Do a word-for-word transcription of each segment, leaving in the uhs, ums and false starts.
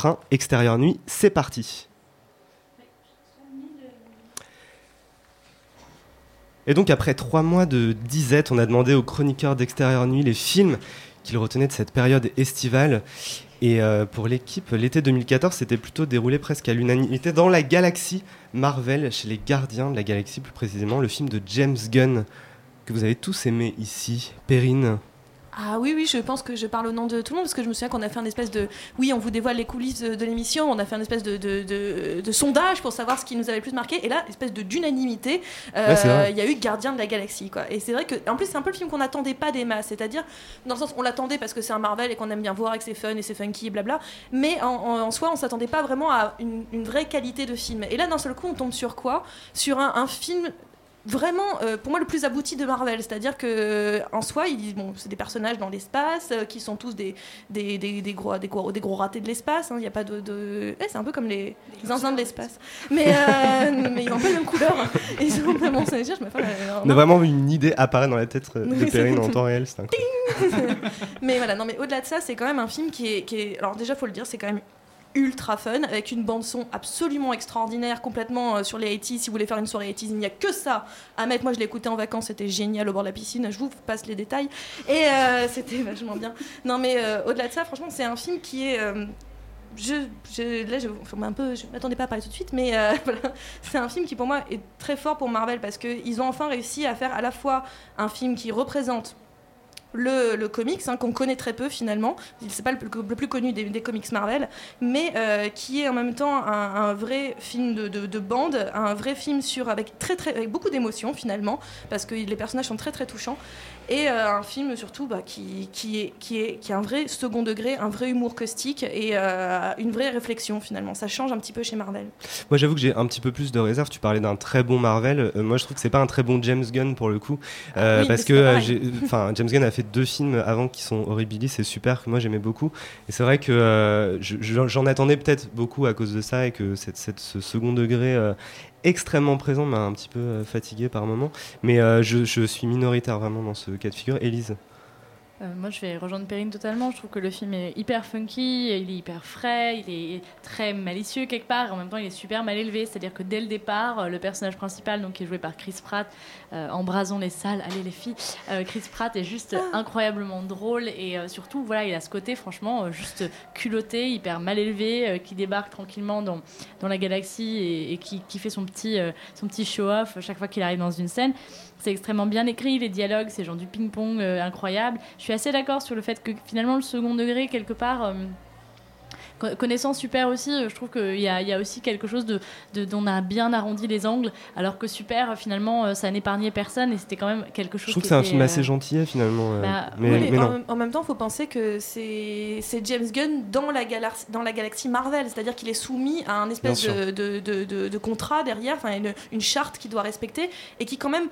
train, Extérieur Nuit, c'est parti. Et donc après trois mois de disette, on a demandé aux chroniqueurs d'Extérieur Nuit les films qu'ils retenaient de cette période estivale. Et euh, pour l'équipe, l'été deux mille quatorze s'était plutôt déroulé presque à l'unanimité dans la galaxie Marvel, chez les Gardiens de la Galaxie plus précisément, le film de James Gunn, que vous avez tous aimé ici. Perrine? Ah oui, oui, je pense que je parle au nom de tout le monde, parce que je me souviens qu'on a fait un espèce de... Oui, on vous dévoile les coulisses de, de l'émission, on a fait un espèce de, de, de, de sondage pour savoir ce qui nous avait le plus marqué, et là, espèce de d'unanimité, il euh, ouais, y a eu Gardien de la Galaxie, quoi. Et c'est vrai que, en plus, c'est un peu le film qu'on n'attendait pas des masses, c'est-à-dire, dans le sens, on l'attendait parce que c'est un Marvel et qu'on aime bien voir et que c'est fun et c'est funky et blabla, mais en, en, en soi, on s'attendait pas vraiment à une, une vraie qualité de film. Et là, d'un seul coup, on tombe sur quoi? Sur un, un film... vraiment euh, pour moi le plus abouti de Marvel, c'est-à-dire que euh, en soi il, bon, c'est des personnages dans l'espace euh, qui sont tous des, des, des, des, gros, des, gros, des gros ratés de l'espace, il hein, n'y a pas de, de... Eh, c'est un peu comme les, les zinzins de l'espace, mais, euh, mais ils ont pas la même couleur, ils ont vraiment, ça veut dire, je me fais, euh, on a vraiment une idée apparaître dans la tête de oui, Perrine en temps réel, c'est incroyable. Mais voilà, non mais au-delà de ça, c'est quand même un film qui est, qui est... alors déjà faut le dire, c'est quand même ultra fun, avec une bande son absolument extraordinaire, complètement euh, sur les eighties. Si vous voulez faire une soirée eighties, il n'y a que ça à mettre. Moi je l'ai écouté en vacances, c'était génial au bord de la piscine, je vous passe les détails, et euh, c'était vachement bien. Non mais euh, au-delà de ça, franchement c'est un film qui est euh, je, je, là je, enfin, un peu, je ne m'attendais pas à parler tout de suite, mais euh, voilà. C'est un film qui pour moi est très fort pour Marvel, parce qu'ils ont enfin réussi à faire à la fois un film qui représente Le, le comics, hein, qu'on connaît très peu finalement, c'est pas le, le plus connu des, des comics Marvel, mais euh, qui est en même temps un, un vrai film de, de, de bande, un vrai film sur, avec, très, très, avec beaucoup d'émotions finalement, parce que les personnages sont très très touchants, et euh, un film surtout bah, qui, qui, est, qui, est, qui a un vrai second degré, un vrai humour caustique et euh, une vraie réflexion finalement. Ça change un petit peu chez Marvel. Moi j'avoue que j'ai un petit peu plus de réserve. Tu parlais d'un très bon Marvel, euh, moi je trouve que c'est pas un très bon James Gunn pour le coup, euh, ah, oui, parce que euh, James Gunn a fait deux films avant qui sont horribilis et super, que moi j'aimais beaucoup, et c'est vrai que euh, je, j'en attendais peut-être beaucoup à cause de ça, et que cette, cette, ce second degré euh, extrêmement présent m'a un petit peu euh, fatigué par moments, mais euh, je, je suis minoritaire vraiment dans ce cas de figure. Élise? Euh, moi, je vais rejoindre Perrine totalement. Je trouve que le film est hyper funky, il est hyper frais, il est très malicieux quelque part, et en même temps, il est super mal élevé. C'est-à-dire que dès le départ, le personnage principal, donc, qui est joué par Chris Pratt, euh, embrasons les salles, allez les filles, euh, Chris Pratt est juste ah. incroyablement drôle, et euh, surtout, voilà, il a ce côté, franchement, euh, juste culotté, hyper mal élevé, euh, qui débarque tranquillement dans, dans la galaxie et, et qui, qui fait son petit, euh, son petit show-off chaque fois qu'il arrive dans une scène. C'est extrêmement bien écrit, les dialogues, c'est genre du ping-pong euh, incroyable. Je suis assez d'accord sur le fait que finalement le second degré, quelque part, euh, connaissant Super aussi, euh, je trouve qu'il y a, il y a aussi quelque chose de, de, dont on a bien arrondi les angles, alors que Super, finalement, euh, ça n'épargnait personne, et c'était quand même quelque chose. Je trouve qui que c'est était, un film euh... assez gentil finalement. Euh, bah, mais, oui, mais non. En, en même temps, il faut penser que c'est, c'est James Gunn dans la, galaxie, dans la galaxie Marvel, c'est-à-dire qu'il est soumis à un espèce de, de, de, de, de contrat derrière, enfin une, une charte qu'il doit respecter, et qui quand même...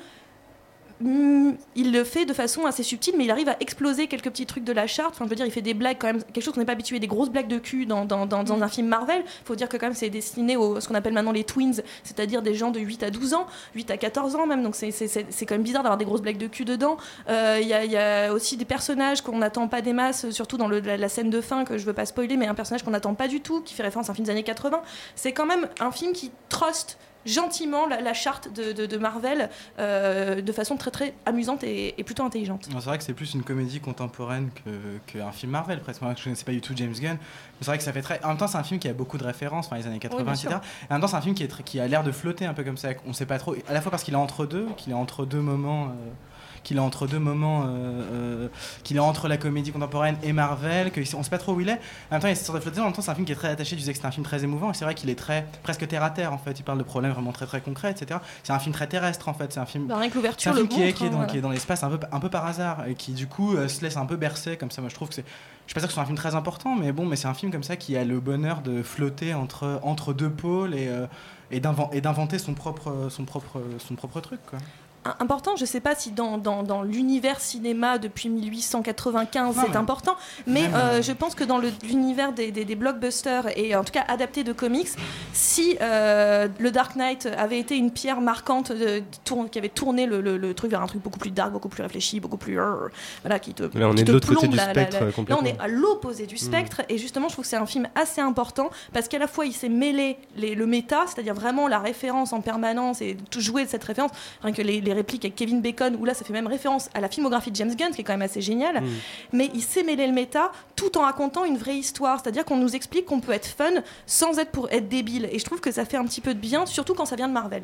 il le fait de façon assez subtile, mais il arrive à exploser quelques petits trucs de la charte. Enfin, je veux dire, il fait des blagues quand même, quelque chose qu'on n'est pas habitué, des grosses blagues de cul dans, dans, dans, dans un film Marvel. Il faut dire que quand même c'est destiné à ce qu'on appelle maintenant les twins, c'est-à-dire des gens de huit à douze ans, huit à quatorze ans même, donc c'est, c'est, c'est, c'est quand même bizarre d'avoir des grosses blagues de cul dedans. Il euh, y, y a aussi des personnages qu'on n'attend pas des masses, surtout dans le, la, la scène de fin, que je veux pas spoiler, mais un personnage qu'on n'attend pas du tout, qui fait référence à un film des années quatre-vingts. C'est quand même un film qui truste gentiment la, la charte de, de, de Marvel euh, de façon très très amusante et, et plutôt intelligente. Non, c'est vrai que c'est plus une comédie contemporaine que, qu'un film Marvel, presque. Moi, je ne connaissais pas du tout James Gunn, mais c'est vrai que ça fait très... En même temps, c'est un film qui a beaucoup de références, enfin les années quatre-vingts, oui, et cetera. Et en même temps, c'est un film qui, est très, qui a l'air de flotter un peu comme ça. On ne sait pas trop, à la fois parce qu'il est entre deux, qu'il est entre deux moments... Euh... qu'il est entre deux moments, euh, euh, qu'il est entre la comédie contemporaine et Marvel, qu'on ne sait pas trop où il est. En même temps, il y a cette sorte de flottement. En même temps, c'est un film qui est très attaché. Tu disais que c'était un film très émouvant, et c'est vrai qu'il est très, presque terre à terre, en fait. Il parle de problèmes vraiment très très concrets, et cetera. C'est un film très terrestre, en fait. C'est un film, bah, rien que l'ouverture, c'est un film le qui, montre, est, qui, est hein, dans, voilà. qui est dans l'espace un peu, un peu par hasard, et qui du coup euh, se laisse un peu bercer comme ça. Moi, je trouve que c'est... Je suis pas sûr que ce soit un film très important, mais bon, mais c'est un film comme ça qui a le bonheur de flotter entre, entre deux pôles et, euh, et, d'invent, et d'inventer son propre, son, propre, son propre truc, quoi. important. Je sais pas si dans, dans, dans l'univers cinéma depuis mille huit cent quatre-vingt-quinze non, c'est mais... important, mais euh, je pense que dans le, l'univers des, des, des blockbusters et en tout cas adaptés de comics, si euh, le Dark Knight avait été une pierre marquante de, tourne, qui avait tourné le, le, le truc vers un truc beaucoup plus dark, beaucoup plus réfléchi, beaucoup plus euh, voilà, qui te là on qui est te de l'autre côté du la, spectre la, la, complètement. Là on est à l'opposé du spectre mmh. et justement je trouve que c'est un film assez important parce qu'à la fois il s'est mêlé les, le méta, c'est-à-dire vraiment la référence en permanence et tout jouer de cette référence, rien que les, les répliques avec Kevin Bacon où là ça fait même référence à la filmographie de James Gunn, ce qui est quand même assez génial, mmh. mais il s'est mêlé le méta tout en racontant une vraie histoire, c'est-à-dire qu'on nous explique qu'on peut être fun sans être pour être débile, et je trouve que ça fait un petit peu de bien, surtout quand ça vient de Marvel.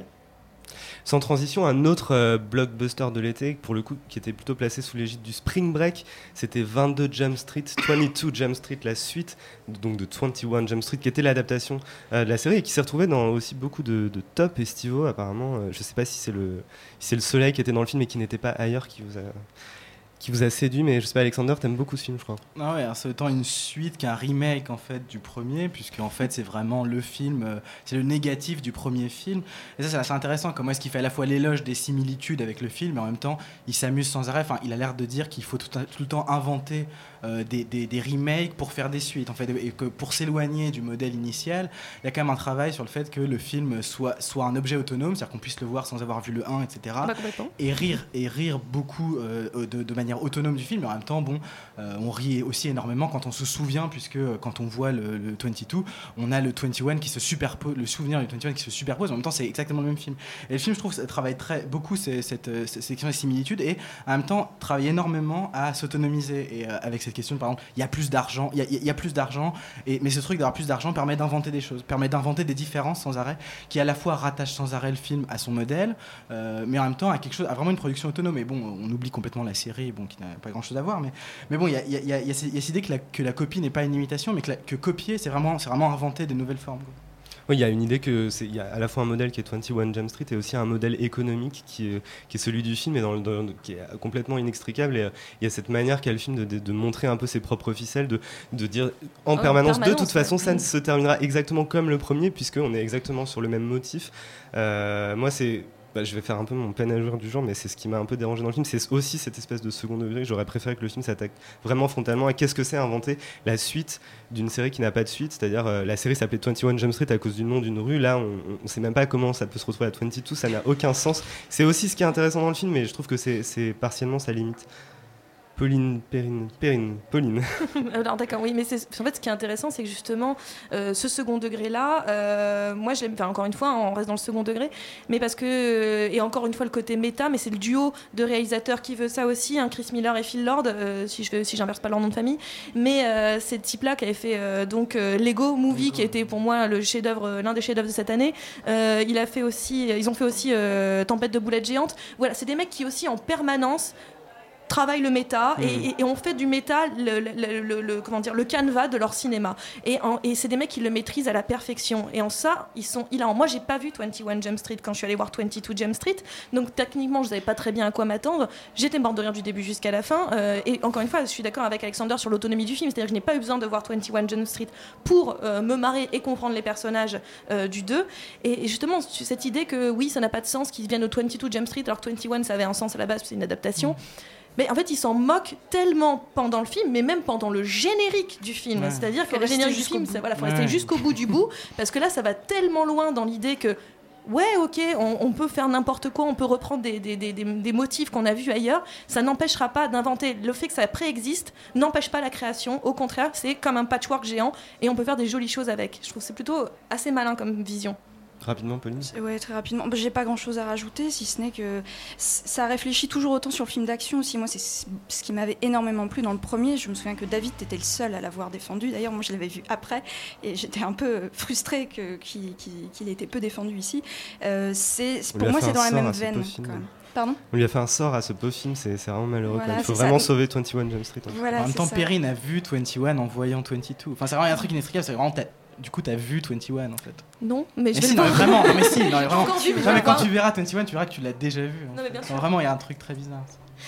Sans transition, un autre euh, blockbuster de l'été, pour le coup, qui était plutôt placé sous l'égide du Spring Break, c'était vingt-deux Jump Street, vingt-deux Jump Street, la suite donc de vingt et un Jump Street, qui était l'adaptation euh, de la série et qui s'est retrouvée dans aussi beaucoup de, de top estivaux, apparemment. Euh, je ne sais pas si c'est, le, si c'est le soleil qui était dans le film et qui n'était pas ailleurs qui vous a... qui vous a séduit, mais je sais pas, Alexander, t'aimes beaucoup ce film, je crois. Ah ouais, c'est autant une suite qu'un remake en fait du premier, puisque en fait c'est vraiment le film, euh, c'est le négatif du premier film. Et ça c'est assez intéressant, comment est-ce qu'il fait à la fois l'éloge des similitudes avec le film, mais en même temps il s'amuse sans arrêt. Enfin, il a l'air de dire qu'il faut tout, tout le temps inventer euh, des, des, des remakes pour faire des suites, en fait, et que pour s'éloigner du modèle initial, il y a quand même un travail sur le fait que le film soit soit un objet autonome, c'est-à-dire qu'on puisse le voir sans avoir vu le un, et cetera. Bah, et rire et rire beaucoup euh, de, de manière autonome du film, mais en même temps bon euh, on rit aussi énormément quand on se souvient, puisque euh, quand on voit le, le vingt-deux, on a le vingt et un qui se superpose, le souvenir du vingt et un qui se superpose, en même temps c'est exactement le même film, et le film je trouve ça travaille très beaucoup cette, cette, cette question des similitudes, et en même temps travaille énormément à s'autonomiser, et euh, avec cette question par exemple il y a plus d'argent, il y a, il y a plus d'argent et, mais ce truc d'avoir plus d'argent permet d'inventer des choses, permet d'inventer des différences sans arrêt, qui à la fois rattachent sans arrêt le film à son modèle, euh, mais en même temps à quelque chose, à vraiment une production autonome. Et bon, on oublie complètement la série, bon, qui n'a pas grand chose à voir, mais, mais bon, il y a, y, a, y, a, y a cette idée que la, que la copie n'est pas une imitation, mais que, la, que copier, c'est vraiment, c'est vraiment inventer de nouvelles formes, quoi. Oui, il y a une idée que c'est, il y a à la fois un modèle qui est vingt et un Jump Street et aussi un modèle économique qui est, qui est celui du film et dans, dans, qui est complètement inextricable. Et euh, il y a cette manière qu'a le film de, de, de montrer un peu ses propres ficelles, de, de dire en oh, permanence, permanence, de toute façon, ouais. ça ne se terminera exactement comme le premier, puisqu'on est exactement sur le même motif. Euh, moi, c'est... Bah, je vais faire un peu mon peine à jouer du genre, mais c'est ce qui m'a un peu dérangé dans le film. C'est aussi cette espèce de second degré. J'aurais préféré que le film s'attaque vraiment frontalement à qu'est-ce que c'est inventer la suite d'une série qui n'a pas de suite. C'est-à-dire, euh, la série s'appelait vingt et un Jump Street à cause du nom d'une rue. Là, on ne sait même pas comment ça peut se retrouver à vingt-deux. Ça n'a aucun sens. C'est aussi ce qui est intéressant dans le film, mais je trouve que c'est, c'est partiellement sa limite. Pauline, Perrine, Perrine, Pauline. Alors d'accord, oui, mais c'est, en fait, ce qui est intéressant, c'est que justement, euh, ce second degré-là, euh, moi, je l'aime, enfin, encore une fois, on reste dans le second degré, mais parce que, et encore une fois, le côté méta, mais c'est le duo de réalisateurs qui veut ça aussi, hein, Chris Miller et Phil Lord, euh, si je veux, si j'inverse pas leur nom de famille, mais euh, ces types-là qui avaient fait euh, donc euh, Lego Movie, qui a été pour moi le chef-d'œuvre, l'un des chefs-d'œuvre de cette année. Euh, il a fait aussi, ils ont fait aussi euh, Tempête de boulettes géantes. Voilà, c'est des mecs qui aussi en permanence travaillent le méta mmh. et, et, et on fait du méta le, le, le, le, comment dire, le canevas de leur cinéma, et, en, et c'est des mecs qui le maîtrisent à la perfection, et en ça ils sont hilarants. Moi j'ai pas vu vingt et un Jump Street quand je suis allée voir vingt-deux Jump Street, donc techniquement je savais pas très bien à quoi m'attendre, j'étais morte de rire du début jusqu'à la fin, euh, et encore une fois je suis d'accord avec Alexander sur l'autonomie du film, c'est-à-dire que je n'ai pas eu besoin de voir vingt et un Jump Street pour euh, me marrer et comprendre les personnages euh, du deux, et, et justement cette idée que oui ça n'a pas de sens qu'ils viennent au vingt-deux Jump Street alors que vingt et un ça avait un sens à la base, c'est une adaptation. Mmh. Mais en fait, ils s'en moquent tellement pendant le film, mais même pendant le générique du film. Ouais. C'est-à-dire que le générique du film, il faut ouais. rester jusqu'au bout du bout, parce que là, ça va tellement loin dans l'idée que, ouais, ok, on, on peut faire n'importe quoi, on peut reprendre des, des, des, des motifs qu'on a vus ailleurs, ça n'empêchera pas d'inventer. Le fait que ça préexiste n'empêche pas la création, au contraire, c'est comme un patchwork géant, et on peut faire des jolies choses avec. Je trouve que c'est plutôt assez malin comme vision. Rapidement, Pauline. Ouais, très rapidement. J'ai pas grand-chose à rajouter, si ce n'est que ça réfléchit toujours autant sur le film d'action aussi. Moi, c'est ce qui m'avait énormément plu dans le premier. Je me souviens que David était le seul à l'avoir défendu. D'ailleurs, moi, je l'avais vu après et j'étais un peu frustrée que, qu'il, qu'il, qu'il ait été peu défendu ici. Euh, c'est, pour moi, c'est dans la même veine. Quand même. Pardon ? On lui a fait un sort à ce pauvre film, c'est, c'est vraiment malheureux. Voilà, il faut vraiment ça. sauver vingt et un Jump Street. En, voilà, en même temps, Perrine a vu vingt et un en voyant vingt-deux. Enfin, c'est vraiment un truc inextricable, c'est vraiment... Du coup, t'as vu vingt et un en fait. Non, mais, mais je si, vais non, le mais vraiment, non, mais si, non, mais vraiment. Vu, mais non, mais quand tu verras vingt et un, tu verras que tu l'as déjà vu. Non, mais bien sûr. Non, vraiment, il y a un truc très bizarre.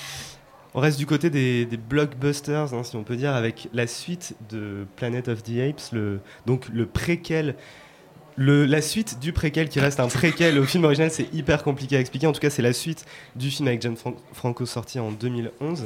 On reste du côté des, des blockbusters, hein, si on peut dire, avec la suite de Planet of the Apes, le, donc le préquel Le, la suite du préquel qui reste un préquel au film original, c'est hyper compliqué à expliquer. En tout cas, c'est la suite du film avec James Fran- Franco sorti en deux mille onze.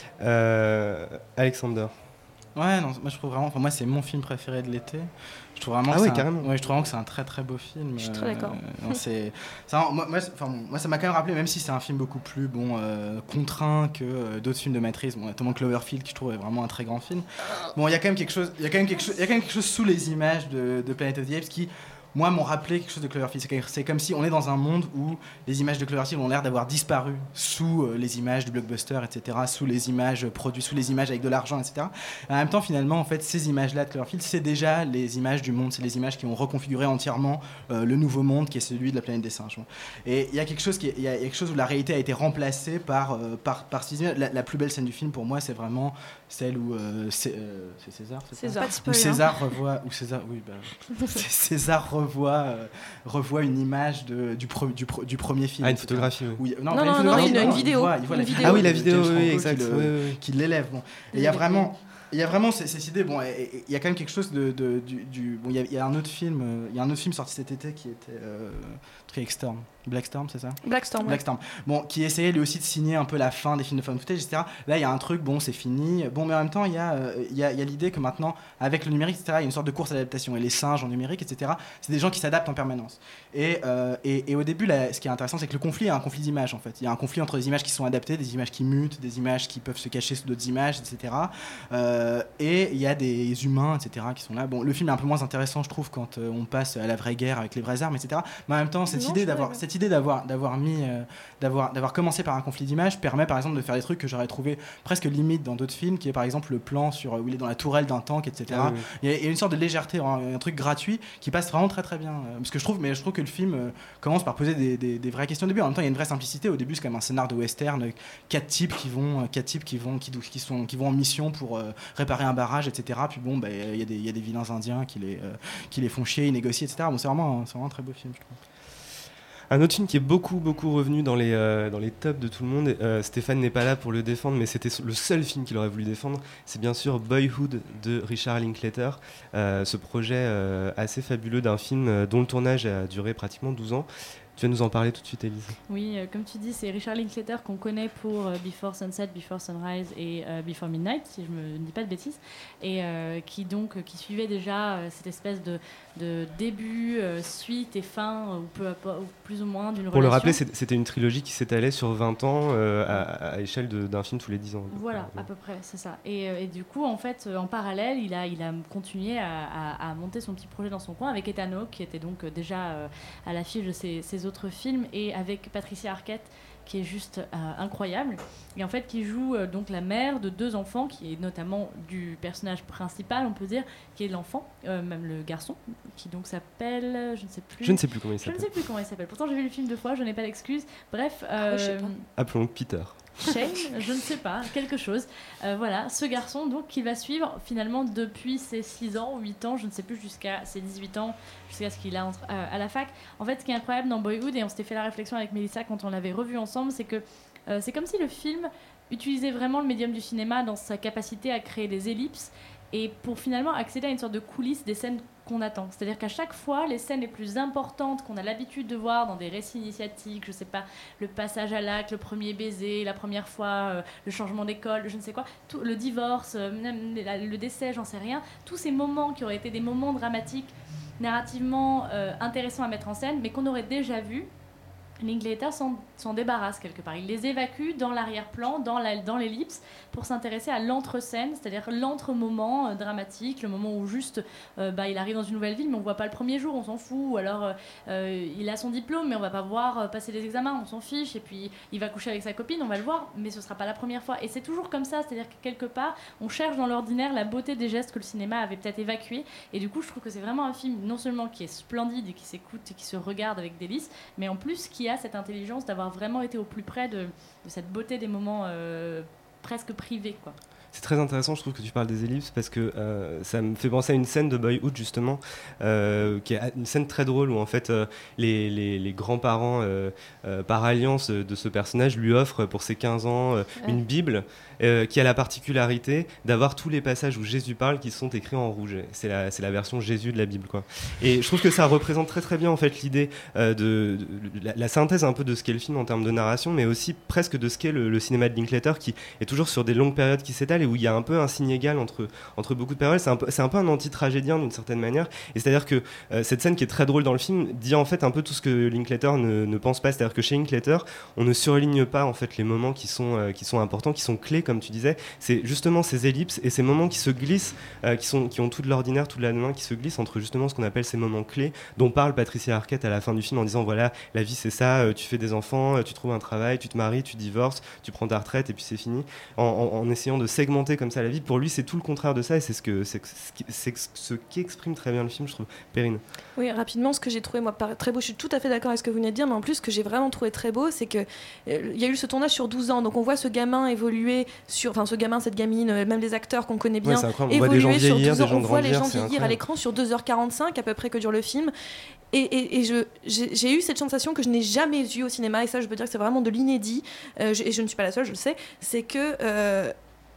Euh, Alexander. Ouais, non, moi je trouve vraiment, enfin, moi c'est mon film préféré de l'été. Je trouve vraiment ah que ouais, c'est carrément. Un, ouais, je trouve vraiment que c'est un très très beau film. Je suis très d'accord. Euh, non, c'est, c'est un, moi, moi, enfin, bon, moi ça m'a quand même rappelé, même si c'est un film beaucoup plus bon euh, contraint que euh, d'autres films de maîtrise, bon, notamment Cloverfield qui je trouve est vraiment un très grand film. Bon, il y a quand même quelque chose, il y a quand même quelque chose, il y a quand même quelque chose sous les images de, de Planet of the Apes qui moi, m'ont rappelé quelque chose de Cloverfield. C'est, c'est comme si on est dans un monde où les images de Cloverfield ont l'air d'avoir disparu sous euh, les images du blockbuster, et cetera, sous les images produites, sous les images avec de l'argent, et cetera. Et en même temps, finalement, en fait, ces images-là de Cloverfield, c'est déjà les images du monde, c'est les images qui ont reconfiguré entièrement euh, le nouveau monde qui est celui de la planète des singes. Et il y a quelque chose qui, il y a quelque chose où la réalité a été remplacée par euh, par par ces images. La, la plus belle scène du film pour moi, c'est vraiment celle où euh, c'est, euh, c'est César, c'est César. Pas de spoil, où César revoit, où César, oui, bah, César revoit, euh, revoit une image de, du, pro, du, pro, du premier film. Ah, une photographie, oui. Où il, non, non, non, non, une, une vidéo. Il voit, il voit une la vidéo. Ah oui, la de vidéo, James oui, Franco exact. Qui, le, oui, oui. qui l'élève. Bon. Et il y a vraiment. Il y a vraiment ces, ces idées. Bon, il y a quand même quelque chose de, de du, du. Bon, il y, a, il y a un autre film. Euh, il y a un autre film sorti cet été qui était euh, Storm, Black Storm, c'est ça? Blackstorm. Blackstorm. Bon, qui essayait lui aussi de signer un peu la fin des films de found footage, et cetera. Là, il y a un truc. Bon, c'est fini. Bon, mais en même temps, il y a, euh, il y a, il y a l'idée que maintenant, avec le numérique, et cetera, il y a une sorte de course à l'adaptation. Et les singes en numérique, et cetera. C'est des gens qui s'adaptent en permanence. Et, euh, et, et au début, là, ce qui est intéressant, c'est que le conflit est un conflit d'images, en fait. Il y a un conflit entre des images qui sont adaptées, des images qui mutent, des images qui peuvent se cacher sous d'autres images, et cetera. Euh, et il y a des humains, et cetera, qui sont là. Bon, le film est un peu moins intéressant, je trouve, quand euh, on passe à la vraie guerre avec les vraies armes, et cetera. Mais en même temps, cette Non, idée d'avoir, vrai, cette idée d'avoir, d'avoir mis, euh, d'avoir, d'avoir commencé par un conflit d'images permet, par exemple, de faire des trucs que j'aurais trouvé presque limite dans d'autres films, qui est par exemple le plan sur où il est dans la tourelle d'un tank, et cetera. Ah, oui, oui. Il y a, il y a une sorte de légèreté, un, un truc gratuit qui passe vraiment très très bien. Euh, Parce que je trouve, mais je trouve que le film euh, commence par poser des, des, des vraies questions au début. En même temps, il y a une vraie simplicité. Au début, c'est comme un scénar de western, euh, quatre types qui vont, euh, quatre types qui vont, qui, qui sont, qui vont en mission pour euh, réparer un barrage, et cetera. Puis bon, bah, il y a des, il y a des vilains indiens qui les, euh, qui les font chier, ils négocient, et cetera. Bon, c'est vraiment, c'est vraiment un très beau film, je trouve. Un autre film qui est beaucoup beaucoup revenu dans les, euh, dans les tops de tout le monde, euh, Stéphane n'est pas là pour le défendre, mais c'était le seul film qu'il aurait voulu défendre, c'est bien sûr Boyhood de Richard Linklater, euh, ce projet euh, assez fabuleux d'un film euh, dont le tournage a duré pratiquement douze ans. Tu vas nous en parler tout de suite, Élise. Oui, euh, comme tu dis, c'est Richard Linklater qu'on connaît pour euh, Before Sunset, Before Sunrise et euh, Before Midnight, si je me dis pas de bêtises, et euh, qui donc euh, qui suivait déjà euh, cette espèce de, de début, euh, suite et fin, euh, ou, peu à peu, ou plus ou moins d'une relation. Pour le rappeler, c'est- c'était une trilogie qui s'étalait sur vingt ans euh, à, à échelle de- d'un film tous les dix ans. Voilà, à peu près, c'est ça. Et, euh, et du coup, en fait, euh, en parallèle, il a, il a continué à, à- à monter son petit projet dans son coin avec Ethan Hawke, qui était donc euh, déjà euh, à l'affiche de ses, ses autres films, et avec Patricia Arquette, qui est juste euh, incroyable, et en fait qui joue euh, donc la mère de deux enfants, qui est notamment du personnage principal, on peut dire, qui est l'enfant, euh, même le garçon, qui donc s'appelle, je ne sais plus. Je ne sais plus comment il Je ne s'appelle. sais plus comment il s'appelle. Pourtant j'ai vu le film deux fois, je n'ai pas d'excuse. Bref, Ah ouais, je sais euh, pas. Appelons Peter. Shane, je ne sais pas, quelque chose. Euh, voilà, ce garçon donc qu'il va suivre finalement depuis ses six ans ou huit ans, je ne sais plus, jusqu'à ses dix-huit ans, jusqu'à ce qu'il a entre, euh, à la fac. En fait, ce qui est incroyable dans Boyhood, et on s'était fait la réflexion avec Mélissa quand on l'avait revu ensemble, c'est que euh, c'est comme si le film utilisait vraiment le médium du cinéma dans sa capacité à créer des ellipses et pour finalement accéder à une sorte de coulisses des scènes qu'on attend. C'est-à-dire qu'à chaque fois, les scènes les plus importantes qu'on a l'habitude de voir dans des récits initiatiques, je sais pas, le passage à l'acte, le premier baiser, la première fois, euh, le changement d'école, je ne sais quoi, tout, le divorce, euh, même le décès, j'en sais rien, tous ces moments qui auraient été des moments dramatiques, narrativement euh, intéressants à mettre en scène, mais qu'on aurait déjà vus, Linklater s'en, s'en débarrasse quelque part. Il les évacue dans l'arrière-plan, dans, la, dans l'ellipse, pour s'intéresser à l'entre-scène, c'est-à-dire l'entre-moment euh, dramatique, le moment où juste euh, bah, il arrive dans une nouvelle ville, mais on ne voit pas le premier jour, on s'en fout, ou alors euh, il a son diplôme, mais on ne va pas voir euh, passer les examens, on s'en fiche, et puis il va coucher avec sa copine, on va le voir, mais ce ne sera pas la première fois. Et c'est toujours comme ça, c'est-à-dire que quelque part, on cherche dans l'ordinaire la beauté des gestes que le cinéma avait peut-être évacués, et du coup, je trouve que c'est vraiment un film, non seulement qui est splendide et qui s'écoute et qui se regarde avec délice, mais en plus qui a cette intelligence d'avoir vraiment été au plus près de, de cette beauté des moments euh, presque privés, quoi. c'est très intéressant, je trouve, que tu parles des ellipses, parce que euh, ça me fait penser à une scène de Boyhood, justement, euh, qui est une scène très drôle, où en fait, euh, les, les, les grands-parents, euh, euh, par alliance de ce personnage, lui offrent pour ses quinze ans euh, ouais. une Bible euh, qui a la particularité d'avoir tous les passages où Jésus parle qui sont écrits en rouge. C'est la, c'est la version Jésus de la Bible, quoi. Et je trouve que ça représente très très bien, en fait, l'idée euh, de, de, de la, la synthèse un peu de ce qu'est le film en termes de narration, mais aussi presque de ce qu'est le, le cinéma de Linklater, qui est toujours sur des longues périodes qui s'étalent et où il y a un peu un signe égal entre, entre beaucoup de périodes. C'est un peu, c'est un peu un anti-tragédien d'une certaine manière. Et c'est-à-dire que euh, cette scène qui est très drôle dans le film dit en fait un peu tout ce que Linklater ne, ne pense pas. C'est-à-dire que chez Linklater, on ne surligne pas en fait les moments qui sont, euh, qui sont importants, qui sont clés, comme tu disais. C'est justement ces ellipses et ces moments qui se glissent, euh, qui, sont, qui ont tout de l'ordinaire, tout de la main, qui se glissent entre justement ce qu'on appelle ces moments clés dont parle Patricia Arquette à la fin du film en disant voilà, la vie c'est ça, euh, tu fais des enfants, euh, tu trouves un travail, tu te maries, tu divorces, tu prends ta retraite et puis c'est fini. En, en, en essayant de segmenter comme ça la vie. Pour lui, c'est tout le contraire de ça et c'est ce, que, c'est, c'est ce qu'exprime très bien le film, je trouve. Perrine. Oui, rapidement, ce que j'ai trouvé moi très beau, je suis tout à fait d'accord avec ce que vous venez de dire, mais en plus, ce que j'ai vraiment trouvé très beau, c'est qu'il euh, y a eu ce tournage sur douze ans, donc on voit ce gamin évoluer, sur, enfin ce gamin, cette gamine, euh, même les acteurs qu'on connaît bien, ouais, évoluer sur vieillir, douze ans, on voit grandir, les gens vieillir à l'écran sur deux heures quarante-cinq à peu près que dure le film. Et, et, et je, j'ai, j'ai eu cette sensation que je n'ai jamais eue au cinéma, et ça je peux dire que c'est vraiment de l'inédit, euh, je, et je ne suis pas la seule, je le sais, c'est que euh,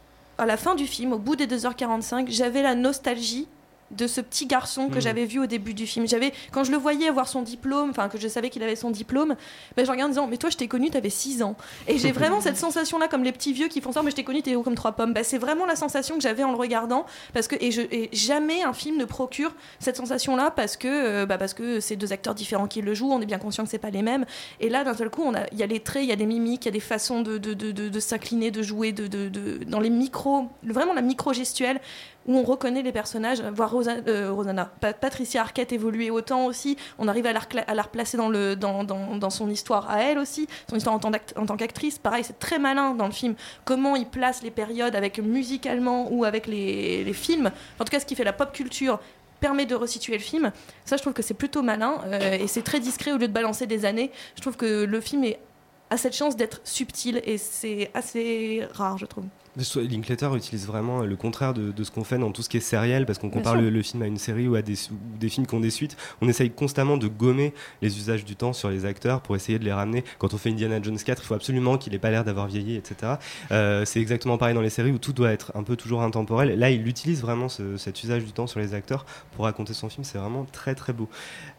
à la fin du film, au bout des deux heures quarante-cinq, j'avais la nostalgie de ce petit garçon que mmh. j'avais vu au début du film. J'avais, quand je le voyais avoir son diplôme, enfin que je savais qu'il avait son diplôme, ben, je regardais en disant mais toi je t'ai connu, t'avais six ans. Et j'ai vraiment cette sensation là, comme les petits vieux qui font ça, mais je t'ai connu, t'es haut comme trois pommes. Ben, c'est vraiment la sensation que j'avais en le regardant, parce que et, je, et jamais un film ne procure cette sensation là, parce que euh, bah, parce que c'est deux acteurs différents qui le jouent, on est bien conscient que c'est pas les mêmes. Et là d'un seul coup, il y a les traits, il y a des mimiques, il y a des façons de de, de, de, de s'incliner, de jouer, de, de, de dans les micros, vraiment la micro gestuelle, où on reconnaît les personnages, voire Rosa, euh, Rosanna, Patricia Arquette évoluer autant aussi, on arrive à la, recla- à la replacer dans, le, dans, dans, dans son histoire à elle aussi, son histoire en tant, en tant qu'actrice, pareil, c'est très malin dans le film, comment il place les périodes avec musicalement ou avec les, les films, en tout cas ce qui fait la pop culture permet de resituer le film, ça je trouve que c'est plutôt malin, euh, et c'est très discret au lieu de balancer des années, je trouve que le film est, a cette chance d'être subtil, et c'est assez rare je trouve. Linklater utilise vraiment le contraire de, de ce qu'on fait dans tout ce qui est sériel, parce qu'on compare le, le film à une série ou à des, ou des films qui ont des suites. On essaye constamment de gommer les usages du temps sur les acteurs pour essayer de les ramener. Quand on fait Indiana Jones quatre, il faut absolument qu'il n'ait pas l'air d'avoir vieilli, et cetera. Euh, c'est exactement pareil dans les séries où tout doit être un peu toujours intemporel. Là, il utilise vraiment ce, cet usage du temps sur les acteurs pour raconter son film. C'est vraiment très très beau.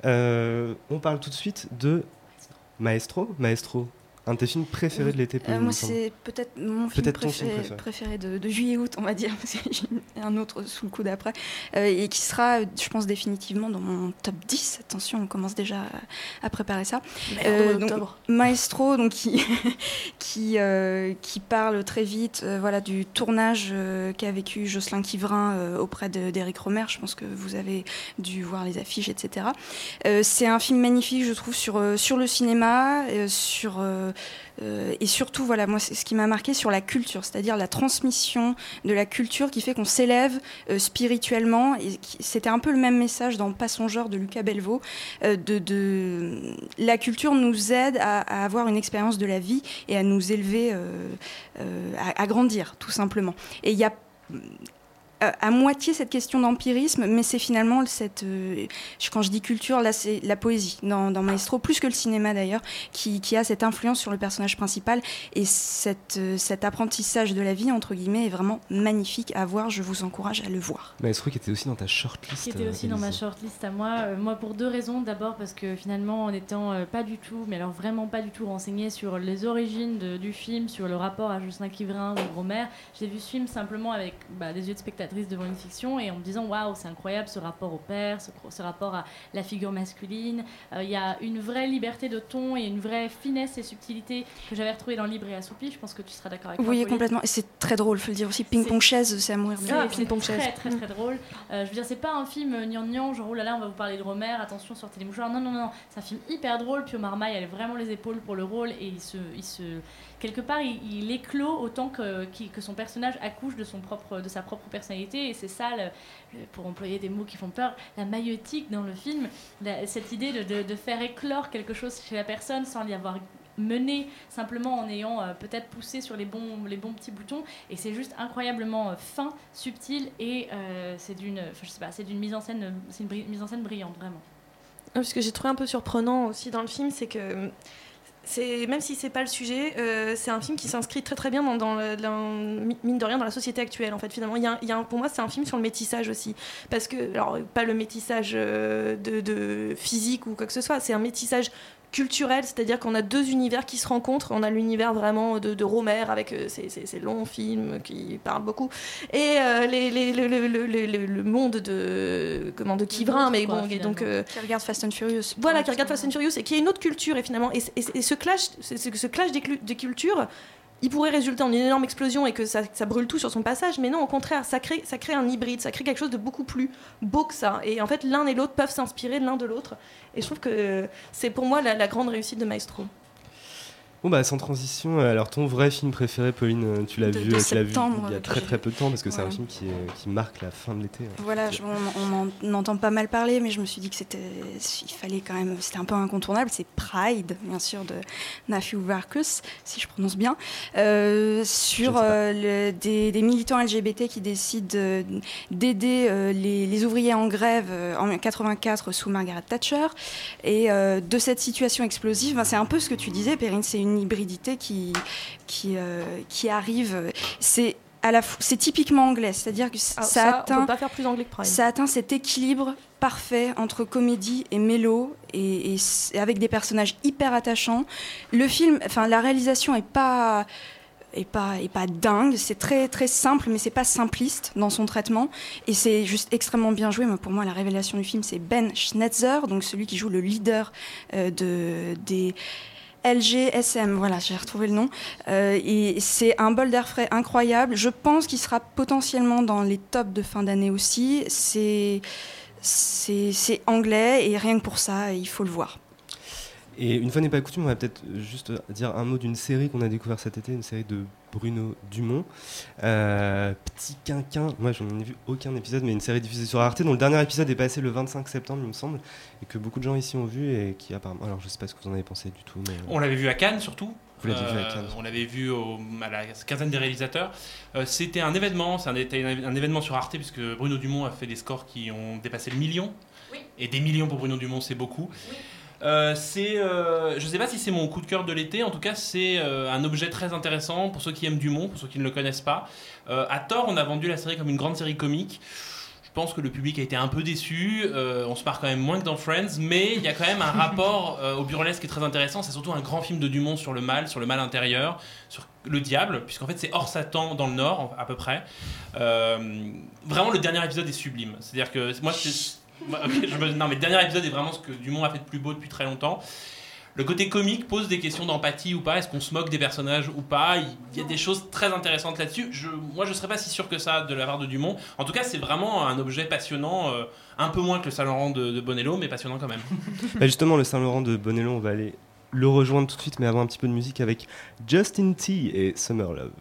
Euh, on parle tout de suite de Maestro. Maestro. Un de tes films préférés de l'été euh, Moi, c'est peut-être mon film peut-être préféré, film préféré. préféré de, de juillet-août, on va dire, parce que j'ai un autre sous le coude après, euh, et qui sera, je pense, définitivement dans mon top dix. Attention, on commence déjà à, à préparer ça. Euh, donc, Maestro, donc, qui, qui, euh, qui parle très vite euh, voilà, du tournage euh, qu'a vécu Jocelyn Quivrin euh, auprès de, d'Éric Rohmer. Je pense que vous avez dû voir les affiches, et cetera. Euh, c'est un film magnifique, je trouve, sur, euh, sur le cinéma, euh, sur... Euh, Euh, et surtout, voilà, moi, c'est ce qui m'a marqué sur la culture, c'est-à-dire la transmission de la culture qui fait qu'on s'élève euh, spirituellement. Et qui, c'était un peu le même message dans Pas songeur de Lucas Belvaux. Euh, de, de, la culture nous aide à, à avoir une expérience de la vie et à nous élever, euh, euh, à, à grandir, tout simplement. Et il y a à moitié cette question d'empirisme, mais c'est finalement cette, euh, quand je dis culture, là c'est la poésie dans, dans Maestro, plus que le cinéma d'ailleurs, qui, qui a cette influence sur le personnage principal, et cette, euh, cet apprentissage de la vie entre guillemets est vraiment magnifique à voir. Je vous encourage à le voir. Maestro qui était aussi dans ta shortlist. Qui était aussi euh, dans ma shortlist à moi. Euh, moi pour deux raisons. D'abord parce que finalement en étant euh, pas du tout, mais alors vraiment pas du tout renseignée sur les origines de, du film, sur le rapport à Jocelyn Quivrin ou Rohmer, j'ai vu ce film simplement avec bah, des yeux de spectateur devant une fiction et en me disant waouh, c'est incroyable ce rapport au père, ce, ce rapport à la figure masculine. Il euh, y a une vraie liberté de ton et une vraie finesse et subtilité que j'avais retrouvée dans Libre et Assoupi. Je pense que tu seras d'accord avec moi. Oui, complètement. Et c'est très drôle, il faut le dire aussi. Ping-pong chaise, c'est à mourir de rire. C'est très, très, très, très drôle. Euh, je veux dire, c'est pas un film gnangnan, genre oh là là, on va vous parler de Rohmer, attention, sortez les mouchoirs. Non, non, non. C'est un film hyper drôle. Pio Marmaille, elle a vraiment les épaules pour le rôle et il se. Il se quelque part, il, il éclot autant que, que son personnage accouche de, son propre, de sa propre personnalité. Et c'est ça, le, pour employer des mots qui font peur, la maïeutique dans le film, la, cette idée de, de, de faire éclore quelque chose chez la personne sans y avoir mené simplement en ayant euh, peut-être poussé sur les bons, les bons petits boutons, et c'est juste incroyablement euh, fin, subtil, et euh, c'est d'une, je sais pas, c'est d'une mise en scène, c'est une bri- mise en scène brillante, vraiment. Ce que j'ai trouvé un peu surprenant aussi dans le film, c'est que c'est, même si c'est pas le sujet, euh, c'est un film qui s'inscrit très très bien dans, dans, le, dans mine de rien dans la société actuelle. En fait, finalement, il y a, il y a un, pour moi, c'est un film sur le métissage aussi, parce que alors pas le métissage euh, de, de physique ou quoi que ce soit, c'est un métissage culturel, c'est-à-dire qu'on a deux univers qui se rencontrent. On a l'univers vraiment de, de Rohmer avec euh, ces, ces, ces longs films qui parlent beaucoup, et euh, les, les, le, le, le, le, le monde de comment de Kivrin, mais bon, et donc euh, qui regarde Fast and Furious. Voilà, qui regarde Fast and Furious et qui a une autre culture, et finalement, et, et, et ce clash, ce, ce clash des, des cultures, il pourrait résulter en une énorme explosion et que ça, ça brûle tout sur son passage, mais non, au contraire, ça crée, ça crée un hybride, ça crée quelque chose de beaucoup plus beau que ça. Et en fait, l'un et l'autre peuvent s'inspirer l'un de l'autre. Et je trouve que c'est pour moi la, la grande réussite de Maestro. Bon bah sans transition, alors ton vrai film préféré, Pauline, tu l'as de, vu, de tu l'as vu il y a euh, très très peu de temps, parce que voilà. c'est un film qui, qui marque la fin de l'été. Voilà, je, on, on en entend pas mal parler, mais je me suis dit que c'était, il fallait quand même, c'était un peu incontournable. C'est Pride, bien sûr, de Matthew Varkus, si je prononce bien, euh, sur euh, le, des, des militants L G B T qui décident de, d'aider euh, les, les ouvriers en grève euh, en quatre-vingt-quatre sous Margaret Thatcher, et euh, de cette situation explosive, ben, c'est un peu ce que tu disais, Perrine, c'est une une hybridité qui, qui, euh, qui arrive. C'est, à la f- c'est typiquement anglais, c'est-à-dire que c- Alors ça, ça, atteint, on peut pas faire plus anglais que Pride. ça atteint cet équilibre parfait entre comédie et mélo, et, et, et avec des personnages hyper attachants. Le film, enfin la réalisation est pas... Et pas, et pas dingue, c'est très, très simple, mais c'est pas simpliste dans son traitement, et c'est juste extrêmement bien joué. Mais pour moi, la révélation du film, c'est Ben Schnetzer, donc celui qui joue le leader euh, de, des L G S M, voilà, j'ai retrouvé le nom, euh, et c'est un bol d'air frais incroyable. Je pense qu'il sera potentiellement dans les tops de fin d'année aussi. C'est, c'est, c'est anglais, et rien que pour ça, il faut le voir. Et une fois n'est pas coutume, on va peut-être juste dire un mot d'une série qu'on a découvert cet été, une série de Bruno Dumont. Euh, Petit Quinquin, moi j'en ai vu aucun épisode, mais une série diffusée sur Arte, dont le dernier épisode est passé le vingt-cinq septembre, il me semble, et que beaucoup de gens ici ont vu, et qui apparemment... Alors je sais pas ce que vous en avez pensé du tout, mais... On l'avait vu à Cannes surtout. Vous l'avez euh, vu à Cannes. On l'avait vu au, à la quinzaine des réalisateurs. Euh, c'était un événement, c'est un, un événement sur Arte, puisque Bruno Dumont a fait des scores qui ont dépassé le million. Oui. Et des millions pour Bruno Dumont, c'est beaucoup. Oui. Euh, c'est, euh, je sais pas si c'est mon coup de cœur de l'été, en tout cas c'est euh, un objet très intéressant pour ceux qui aiment Dumont, pour ceux qui ne le connaissent pas. Euh, à tort, on a vendu la série comme une grande série comique. Je pense que le public a été un peu déçu, euh, on se marre quand même moins que dans Friends, mais il y a quand même un rapport euh, au burlesque qui est très intéressant. C'est surtout un grand film de Dumont sur le mal, sur le mal intérieur, sur le diable, puisqu'en fait c'est hors Satan dans le Nord à peu près. Euh, vraiment le dernier épisode est sublime, c'est-à-dire que moi c'est... Okay, je me... Non, mais le dernier épisode est vraiment ce que Dumont a fait de plus beau depuis très longtemps. Le côté comique pose des questions d'empathie ou pas, est-ce qu'on se moque des personnages ou pas. Il y a des choses très intéressantes là-dessus. Je... Moi, je ne serais pas si sûr que ça de la part de Dumont. En tout cas, c'est vraiment un objet passionnant, euh, un peu moins que le Saint-Laurent de, de Bonello, mais passionnant quand même. Bah justement, le Saint-Laurent de Bonello, on va aller le rejoindre tout de suite, mais avant un petit peu de musique avec Justin T et Summer Love.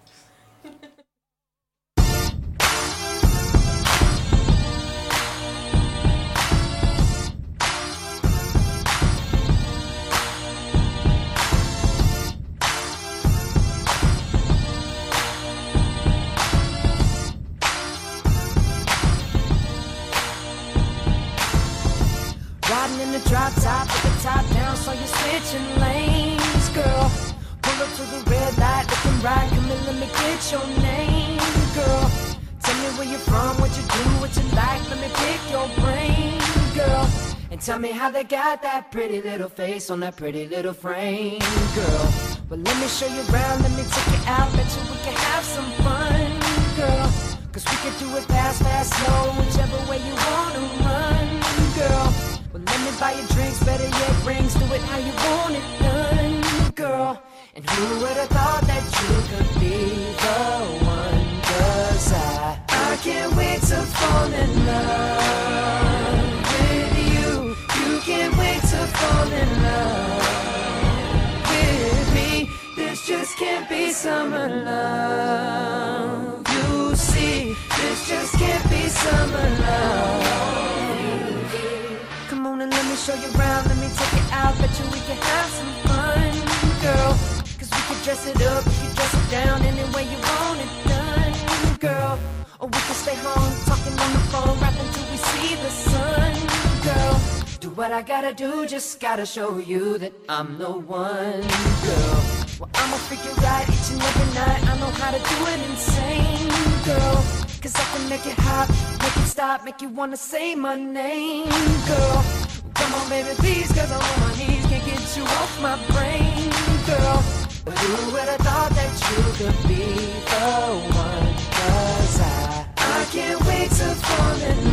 Drop top with the top down, so you're switching lanes, girl. Pull up to the red light, looking right, come and let me get your name, girl. Tell me where you're from, what you do, what you like, let me pick your brain, girl. And tell me how they got that pretty little face on that pretty little frame, girl. Well, let me show you around, let me take you out, bet you we can have some fun, girl. Cause we can do it fast, fast, slow, whichever way you wanna run, girl. Well, let me buy you drinks, better yet rings, do it how you want it done, girl. And who would have thought that you could be the one? Cause I, I can't wait to fall in love with you. You can't wait to fall in love with me. This just can't be summer love. You see, this just can't be summer love. Come on and let me show you around, let me take it out, bet you we can have some fun, girl. Cause we could dress it up, we could dress it down any way you want it done, girl. Or we could stay home, talking on the phone, rapping till we see the sun, girl. Do what I gotta do, just gotta show you that I'm the one, girl. Well, I'ma figure out each and every night, I know how to do it insane, girl. Cause I can make it hot, make it stop, make you wanna say my name, girl. Come on baby please, cause I'm on my knees, can't get you off my brain, girl. But who would have thought that you could be the one? Cause I, I can't wait to fall in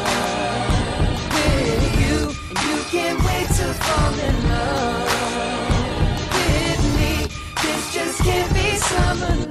love with you. And you can't wait to fall in love with me. This just can't be summer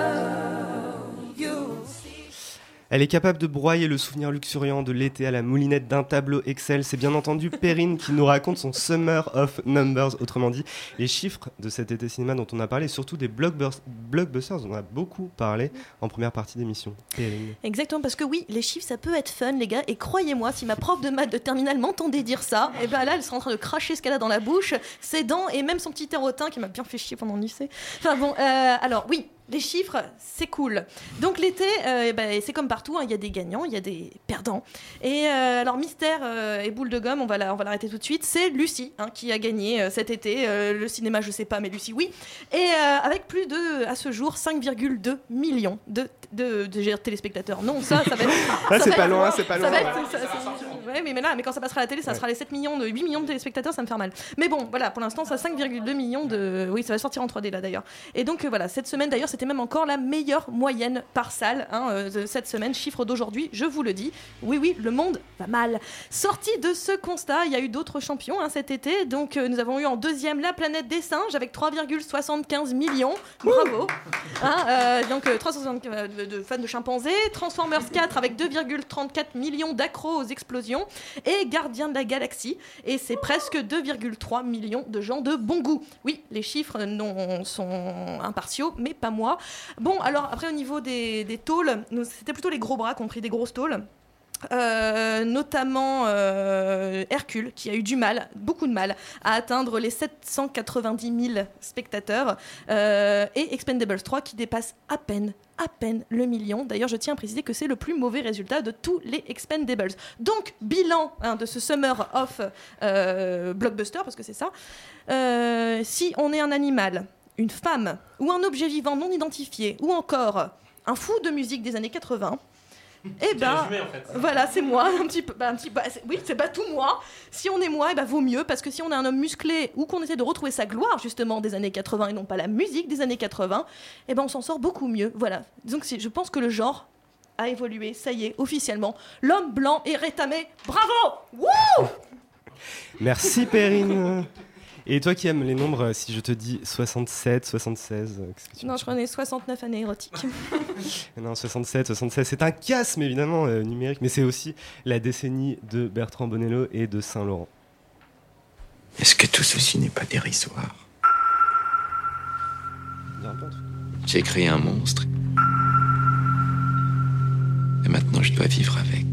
love. You. Elle est capable de broyer le souvenir luxuriant de l'été à la moulinette d'un tableau Excel. C'est bien entendu Perrine qui nous raconte son Summer of Numbers, autrement dit les chiffres de cet été cinéma dont on a parlé, surtout des blockbusters, blockbusters on en a beaucoup parlé en première partie d'émission. Perrine. Exactement, parce que oui, les chiffres ça peut être fun les gars, et croyez-moi, si ma prof de maths de terminale m'entendait dire ça, et ben là elle sera en train de cracher ce qu'elle a dans la bouche, ses dents et même son petit terrotin qui m'a bien fait chier pendant le lycée. Enfin bon, euh, alors oui. Les chiffres, c'est cool. Donc l'été, euh, bah, c'est comme partout, il hein, y a des gagnants, il y a des perdants. Et euh, alors mystère euh, et boule de gomme, on va, la, on va l'arrêter tout de suite. C'est Lucie hein, qui a gagné euh, cet été. Euh, le cinéma, je sais pas, mais Lucie, oui. Et euh, avec plus de, à ce jour, cinq virgule deux millions de, de, de, de téléspectateurs. Non, ça, ça va être... Ah, ça c'est va pas être, loin, c'est pas loin. Ça va être, ça, ça, ouais, mais, mais là, mais quand ça passera à la télé, ça ouais. sera les sept millions, de, huit millions de téléspectateurs, ça me fait mal. Mais bon, voilà, pour l'instant, ça a cinq virgule deux millions de... Oui, ça va sortir en trois D là d'ailleurs. Et donc euh, voilà, cette semaine d'ailleurs, c'était même encore la meilleure moyenne par salle hein, euh, cette semaine, chiffre d'aujourd'hui, je vous le dis. Oui, oui, le monde va mal. Sorti de ce constat, il y a eu d'autres champions hein, cet été. Donc, euh, nous avons eu en deuxième La Planète des Singes avec trois virgule soixante-quinze millions. Bravo. Hein, euh, donc, euh, trois virgule soixante-quinze de, de fans de chimpanzés. Transformers quatre avec deux virgule trente-quatre millions d'accros aux explosions. Et Gardiens de la Galaxie. Et c'est presque deux virgule trois millions de gens de bon goût. Oui, les chiffres non, sont impartiaux, mais pas moi. Bon, alors après au niveau des, des tôles, nous, c'était plutôt les gros bras qui ont pris des grosses tôles. Euh, notamment euh, Hercule qui a eu du mal, beaucoup de mal à atteindre les sept cent quatre-vingt-dix mille spectateurs euh, et Expendables trois qui dépasse à peine à peine le million. D'ailleurs je tiens à préciser que c'est le plus mauvais résultat de tous les Expendables. Donc bilan hein, de ce Summer of euh, Blockbuster, parce que c'est ça, euh, si on est un animal, une femme ou un objet vivant non identifié ou encore un fou de musique des années quatre-vingts, et ben résumé, en fait. Voilà, c'est moi un petit peu bah, un petit bah, c'est, oui, c'est pas tout moi. Si on est moi, et ben vaut mieux, parce que si on est un homme musclé ou qu'on essaie de retrouver sa gloire justement des années quatre-vingts et non pas la musique des années quatre-vingts, et ben on s'en sort beaucoup mieux. Voilà. Donc je pense que le genre a évolué, ça y est, officiellement. L'homme blanc est rétamé. Bravo. Wouh. Merci Perrine. Et toi qui aimes les nombres, si je te dis soixante-sept, soixante-seize, qu'est-ce que tu Non, je connais soixante-neuf années érotiques. Non, soixante-sept, soixante-seize, c'est un chiasme évidemment euh, numérique, mais c'est aussi la décennie de Bertrand Bonello et de Saint-Laurent. Est-ce que tout ceci n'est pas dérisoire ? J'ai créé un monstre. Et maintenant je dois vivre avec.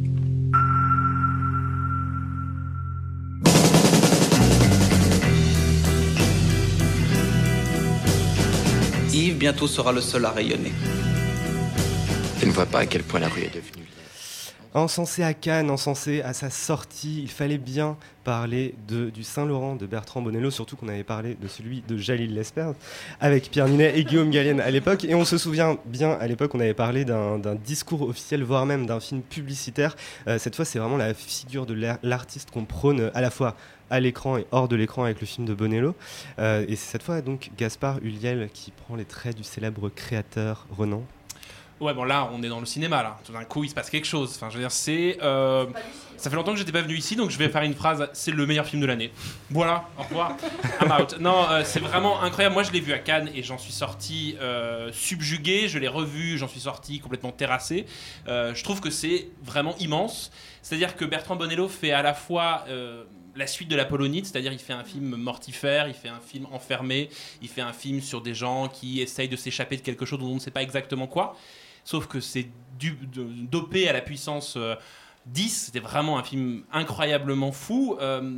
Yves bientôt sera le seul à rayonner. Je ne vois pas à quel point la rue est devenue. Encensé à Cannes, encensé à sa sortie, il fallait bien parler de, du Saint-Laurent de Bertrand Bonello, surtout qu'on avait parlé de celui de Jalil Lesperre avec Pierre Ninet et Guillaume Gallienne à l'époque. Et on se souvient bien, à l'époque, on avait parlé d'un, d'un discours officiel, voire même d'un film publicitaire. Euh, cette fois, c'est vraiment la figure de l'artiste qu'on prône à la fois à l'écran et hors de l'écran avec le film de Bonello. Euh, et c'est cette fois donc Gaspard Ulliel qui prend les traits du célèbre créateur Renan. Ouais, bon là, on est dans le cinéma, là. Tout d'un coup, il se passe quelque chose. Enfin, je veux dire, c'est... Euh, ça fait longtemps que j'étais pas venu ici, donc je vais faire une phrase. C'est le meilleur film de l'année. Voilà, au revoir. I'm out. Non, euh, c'est vraiment incroyable. Moi, je l'ai vu à Cannes et j'en suis sorti euh, subjugué. Je l'ai revu, j'en suis sorti complètement terrassé. Euh, je trouve que c'est vraiment immense. C'est-à-dire que Bertrand Bonello fait à la fois... Euh, la suite de l'Apollonide, c'est-à-dire il fait un film mortifère, il fait un film enfermé, il fait un film sur des gens qui essayent de s'échapper de quelque chose dont on ne sait pas exactement quoi, sauf que c'est du, de, dopé à la puissance euh, dix, c'était vraiment un film incroyablement fou. Euh,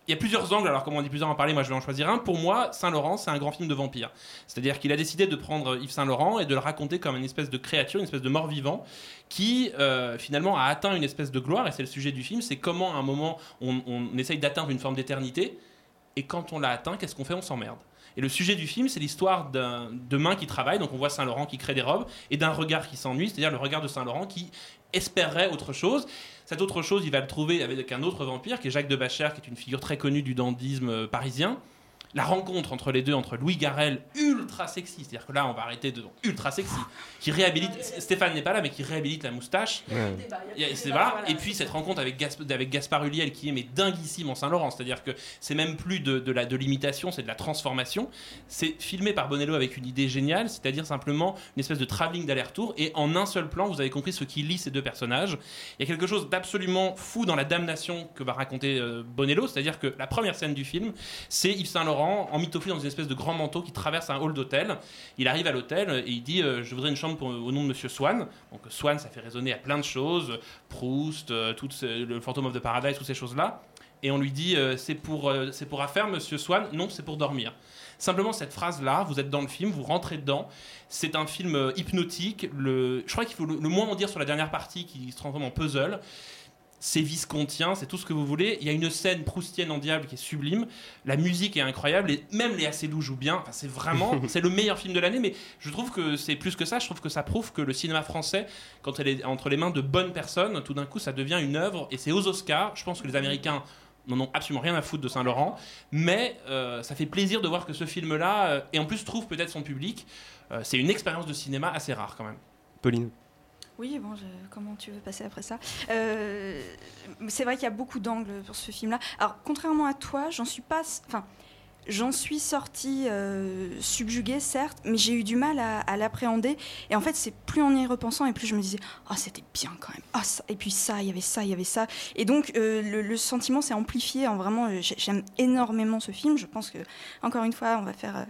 il y a plusieurs angles, alors comme on dit plusieurs en parler, moi je vais en choisir un. Pour moi, Saint-Laurent, c'est un grand film de vampire. C'est-à-dire qu'il a décidé de prendre Yves Saint-Laurent et de le raconter comme une espèce de créature, une espèce de mort-vivant qui euh, finalement a atteint une espèce de gloire, et c'est le sujet du film, c'est comment à un moment on, on essaye d'atteindre une forme d'éternité, et quand on l'a atteint, qu'est-ce qu'on fait? On s'emmerde. Et le sujet du film, c'est l'histoire d'un, de mains qui travaillent, donc on voit Saint-Laurent qui crée des robes, et d'un regard qui s'ennuie, c'est-à-dire le regard de Saint-Laurent qui espérerait autre chose. Cette autre chose, il va le trouver avec un autre vampire, qui est Jacques de Bachère, qui est une figure très connue du dandysme parisien. La rencontre entre les deux, entre Louis Garrel, ultra sexy, c'est-à-dire que là on va arrêter de ultra sexy, qui réhabilite, Stéphane n'est pas là, mais qui réhabilite la moustache. Ouais. C'est voilà. Et puis cette rencontre avec, Gasp, avec Gaspard Ulliel, qui est mais dinguissime en Saint-Laurent, c'est-à-dire que c'est même plus de, de, la, de l'imitation, c'est de la transformation. C'est filmé par Bonello avec une idée géniale, c'est-à-dire simplement une espèce de travelling d'aller-retour, et en un seul plan, vous avez compris ce qui lie ces deux personnages. Il y a quelque chose d'absolument fou dans la damnation que va raconter euh, Bonello, c'est-à-dire que la première scène du film, c'est Yves Saint-Laurent en mythophilie dans une espèce de grand manteau qui traverse un hall d'hôtel. Il arrive à l'hôtel et il dit euh, je voudrais une chambre pour, au nom de Monsieur Swann. Donc Swann, ça fait résonner à plein de choses, Proust, euh, tout ce, le Phantom of the Paradise, toutes ces choses-là. Et on lui dit euh, c'est pour euh, c'est pour affaire Monsieur Swann. Non, c'est pour dormir. Simplement cette phrase-là, vous êtes dans le film, vous rentrez dedans. C'est un film euh, hypnotique. Le, je crois qu'il faut le, le moins en dire sur la dernière partie qui se transforme en puzzle. C'est viscontien, c'est tout ce que vous voulez. Il y a une scène proustienne en diable qui est sublime. La musique est incroyable et même Léa Seydoux joue bien. Enfin, c'est vraiment, c'est le meilleur film de l'année. Mais je trouve que c'est plus que ça. Je trouve que ça prouve que le cinéma français, quand elle est entre les mains de bonnes personnes, tout d'un coup, ça devient une œuvre. Et c'est aux Oscars. Je pense que les Américains n'en ont absolument rien à foutre de Saint-Laurent. Mais euh, ça fait plaisir de voir que ce film-là, euh, et en plus trouve peut-être son public. Euh, c'est une expérience de cinéma assez rare quand même. Pauline. Oui, bon, je, comment tu veux passer après ça euh, C'est vrai qu'il y a beaucoup d'angles pour ce film-là. Alors, contrairement à toi, j'en suis pas... Enfin, j'en suis sortie euh, subjuguée, certes, mais j'ai eu du mal à, à l'appréhender. Et en fait, c'est plus en y repensant et plus je me disais « Ah, oh, c'était bien quand même. Ah, oh, et puis ça, il y avait ça, il y avait ça. » Et donc, euh, le, le sentiment s'est amplifié. En vraiment, j'aime énormément ce film. Je pense que, encore une fois, on va faire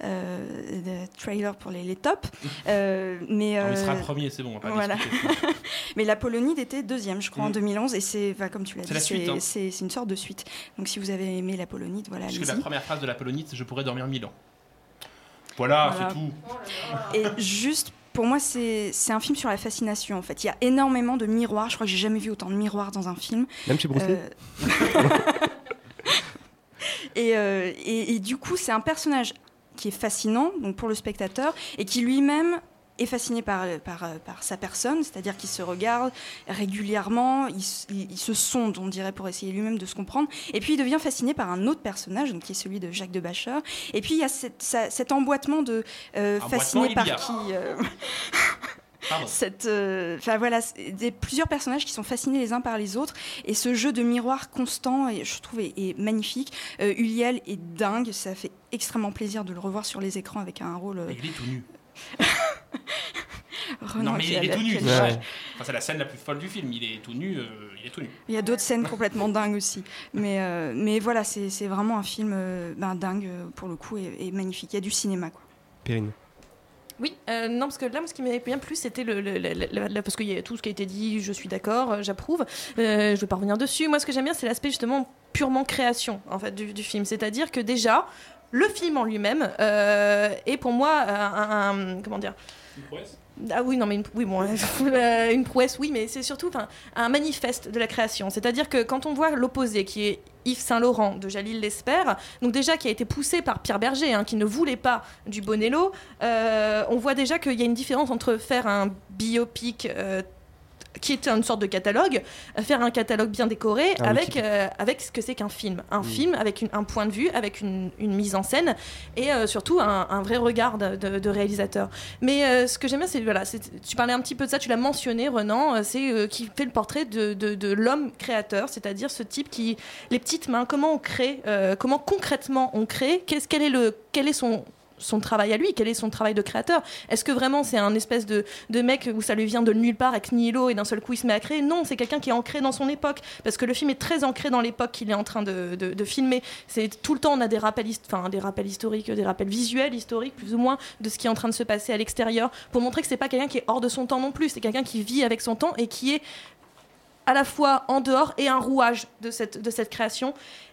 euh, des trailers pour les, les tops. Euh, mais, euh, on sera premier, c'est bon, on va pas voilà. discuter. Mais l'Apollonide était deuxième, je crois, mmh. en deux mille onze. Et c'est, enfin, comme tu l'as c'est dit, suite, c'est, hein. c'est, c'est une sorte de suite. Donc, si vous avez aimé l'Apollonide, voilà, Parce allez-y. que la première phrase de l'Apollonide, c'est « Je pourrais dormir mille ans ». Voilà, voilà, c'est tout. Et juste, pour moi, c'est, c'est un film sur la fascination, en fait. Il y a énormément de miroirs. Je crois que j'ai jamais vu autant de miroirs dans un film. Même chez Bruce Lee euh... et, euh, et, et du coup, c'est un personnage qui est fascinant, donc pour le spectateur, et qui lui-même est fasciné par, par, par sa personne, c'est-à-dire qu'il se regarde régulièrement, il, il, il se sonde, on dirait, pour essayer lui-même de se comprendre, et puis il devient fasciné par un autre personnage, donc, qui est celui de Jacques de Bachère, et puis il y a cette, ça, cet emboîtement de euh, fasciné par qui euh... Cette, euh, enfin voilà, des, plusieurs personnages qui sont fascinés les uns par les autres, et ce jeu de miroir constant, et je trouve, est, est magnifique. Euh, Ulliel est dingue, ça fait extrêmement plaisir de le revoir sur les écrans avec un rôle. Euh... Il est tout nu. Renan, non mais il est tout nu. Ouais. Enfin, c'est la scène la plus folle du film. Il est tout nu. Euh, il est tout nu. Il y a d'autres scènes complètement dingues aussi. Mais euh, mais voilà, c'est, c'est vraiment un film euh, ben, dingue pour le coup et, et magnifique. Il y a du cinéma quoi. Périne. Oui, euh, non, parce que là, ce qui m'avait bien plu, c'était le, le, le, le, le parce qu'il y a tout ce qui a été dit, je suis d'accord, euh, j'approuve, euh, je ne vais pas revenir dessus. Moi, ce que j'aime bien, c'est l'aspect justement purement création en fait, du, du film. C'est-à-dire que déjà, le film en lui-même euh, est pour moi un, un, un comment dire une prouesse. Ah oui, non, mais une, oui, bon, euh, une prouesse, oui, mais c'est surtout un manifeste de la création. C'est-à-dire que quand on voit l'opposé, qui est Yves Saint-Laurent de Jalil Lespert, donc déjà qui a été poussé par Pierre Berger, hein, qui ne voulait pas du Bonello, euh, on voit déjà qu'il y a une différence entre faire un biopic euh, qui était une sorte de catalogue, faire un catalogue bien décoré ah, avec, oui. euh, avec ce que c'est qu'un film. Un mmh. film avec une, un point de vue, avec une, une mise en scène et euh, surtout un, un vrai regard de, de, de réalisateur. Mais euh, ce que j'aime bien, c'est, voilà, c'est, tu parlais un petit peu de ça, tu l'as mentionné, Renan, c'est euh, qui fait le portrait de, de, de l'homme créateur, c'est-à-dire ce type qui, les petites mains, comment on crée, euh, comment concrètement on crée, qu'est-ce, quel est le, quel est son son travail à lui, quel est son travail de créateur. Est-ce que vraiment c'est un espèce de, de mec où ça lui vient de nulle part ex nihilo et d'un seul coup il se met à créer? Non, c'est quelqu'un qui est ancré dans son époque, parce que le film est très ancré dans l'époque qu'il est en train de, de, de filmer. C'est, tout le temps on a des rappels, enfin, des rappels historiques, des rappels visuels historiques plus ou moins de ce qui est en train de se passer à l'extérieur, pour montrer que c'est pas quelqu'un qui est hors de son temps non plus, c'est quelqu'un qui vit avec son temps et qui est à la fois en dehors et un rouage de cette, de cette création.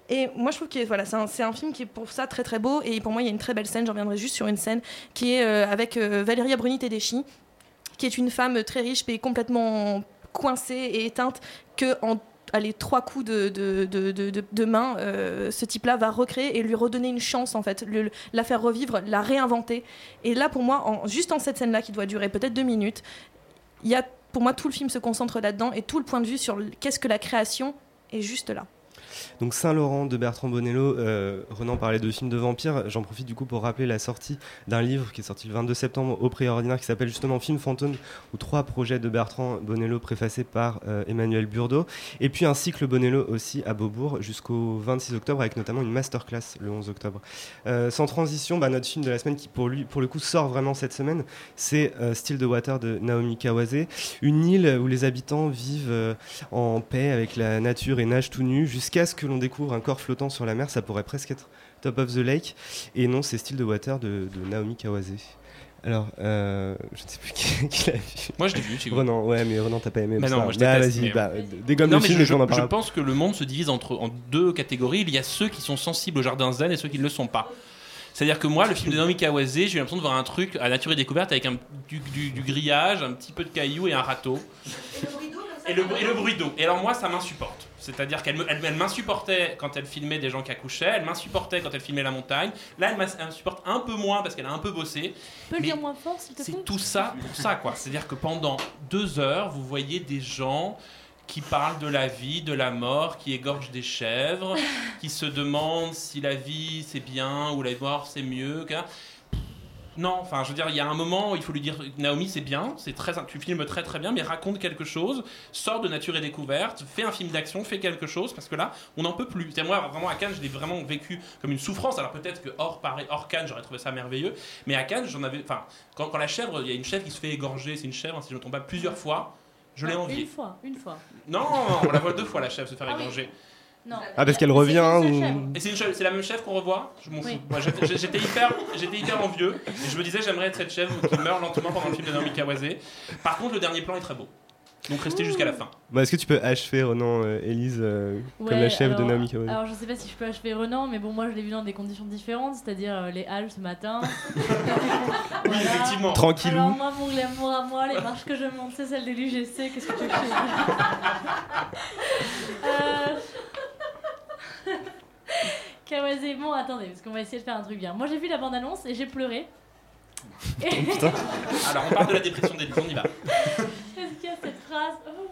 Et moi, je trouve que voilà, c'est un, c'est un film qui est pour ça très très beau. Et pour moi, il y a une très belle scène, j'en reviendrai juste sur une scène, qui est euh, avec euh, Valéria Bruni Tedeschi, qui est une femme très riche, mais complètement coincée et éteinte, que en allez, trois coups de, de, de, de, de, de main, euh, ce type-là va recréer et lui redonner une chance, en fait, le, la faire revivre, la réinventer. Et là, pour moi, en, juste en cette scène-là, qui doit durer peut-être deux minutes, il y a, pour moi, tout le film se concentre là-dedans et tout le point de vue sur le, qu'est-ce que la création est juste là. Donc Saint-Laurent de Bertrand Bonello, euh, Renan parlait de films de vampires, j'en profite du coup pour rappeler la sortie d'un livre qui est sorti le vingt-deux septembre au Prix Ordinaire qui s'appelle justement Film Fantôme, où trois projets de Bertrand Bonello préfacés par euh, Emmanuel Burdeau, et puis un cycle Bonello aussi à Beaubourg jusqu'au vingt-six octobre avec notamment une masterclass le onze octobre. Euh, sans transition, bah, notre film de la semaine qui pour, lui, pour le coup sort vraiment cette semaine, c'est euh, Still the Water de Naomi Kawase, une île où les habitants vivent euh, en paix avec la nature et nagent tout nus jusqu'à ce que l'on découvre un corps flottant sur la mer. Ça pourrait presque être Top of the Lake, et non, c'est Still the Water de, de Naomi Kawase. Alors, euh, je ne sais plus qui, qui l'a vu. Moi, je l'ai vu. Renan, ouais, mais Renan, t'as pas aimé. Mais non, moi, je bah, déteste, vas-y, mais... bah, dégomme non, le mais film je, et j'en en parle. je pense que le monde se divise entre, en deux catégories. Il y a ceux qui sont sensibles au jardin zen et ceux qui ne le sont pas. C'est-à-dire que moi, le film de Naomi Kawase, j'ai eu l'impression de voir un truc à nature et découverte avec un, du, du, du grillage, un petit peu de cailloux et un râteau. Et le, et le bruit d'eau. Et alors moi, ça m'insupporte. C'est-à-dire qu'elle me, elle, elle m'insupportait quand elle filmait des gens qui accouchaient, elle m'insupportait quand elle filmait la montagne. Là, elle m'insupporte un peu moins parce qu'elle a un peu bossé. Tu peux le dire moins fort, s'il te plaît ? C'est tout ça pour ça, quoi. C'est-à-dire que pendant deux heures, vous voyez des gens qui parlent de la vie, de la mort, qui égorgent des chèvres, qui se demandent si la vie c'est bien ou la mort c'est mieux. Non, enfin, je veux dire, il y a un moment où il faut lui dire Naomi, c'est bien, c'est très, tu filmes très très bien, mais raconte quelque chose, sors de Nature et Découverte, fais un film d'action, fais quelque chose, parce que là, on n'en peut plus. C'est moi, vraiment, à Cannes, je l'ai vraiment vécu comme une souffrance. Alors peut-être que hors, Paris, hors Cannes, j'aurais trouvé ça merveilleux, mais à Cannes, j'en avais. Enfin, quand, quand la chèvre, il y a une chèvre qui se fait égorger, c'est une chèvre, si je ne me trompe pas, plusieurs fois, je l'ai non, enviée. Une fois, une fois. Non, on la voit deux fois, la chèvre se faire ah, égorger. Oui. Non. Ah, parce qu'elle revient ou... Et c'est, une chèvre, c'est la même chèvre qu'on revoit. Je m'en fous. Oui. Moi, j'étais, j'étais, hyper, j'étais hyper envieux et je me disais j'aimerais être cette chèvre qui meurt lentement pendant le film de Naomi Kawase. Par contre, le dernier plan est très beau. Donc restez jusqu'à la fin. Bah, est-ce que tu peux achever Renan, euh, Élise, euh, ouais, comme la chèvre alors, de Naomi Kawase? Alors je sais pas si je peux achever Renan, mais bon, moi je l'ai vu dans des conditions différentes, c'est-à-dire euh, les halles ce matin. Oui, voilà. effectivement. Tranquillou. Alors moi, mon glamour à moi, les marches que je monte, c'est celles de l'U G C, qu'est-ce que tu veux que je euh... Kawase, bon attendez, parce qu'on va essayer de faire un truc bien. Moi j'ai vu la bande-annonce et j'ai pleuré. Et... Oh, putain. Alors on parle de la dépression d'Élise, on y va. Est-ce qu'il y a cette phrase oh.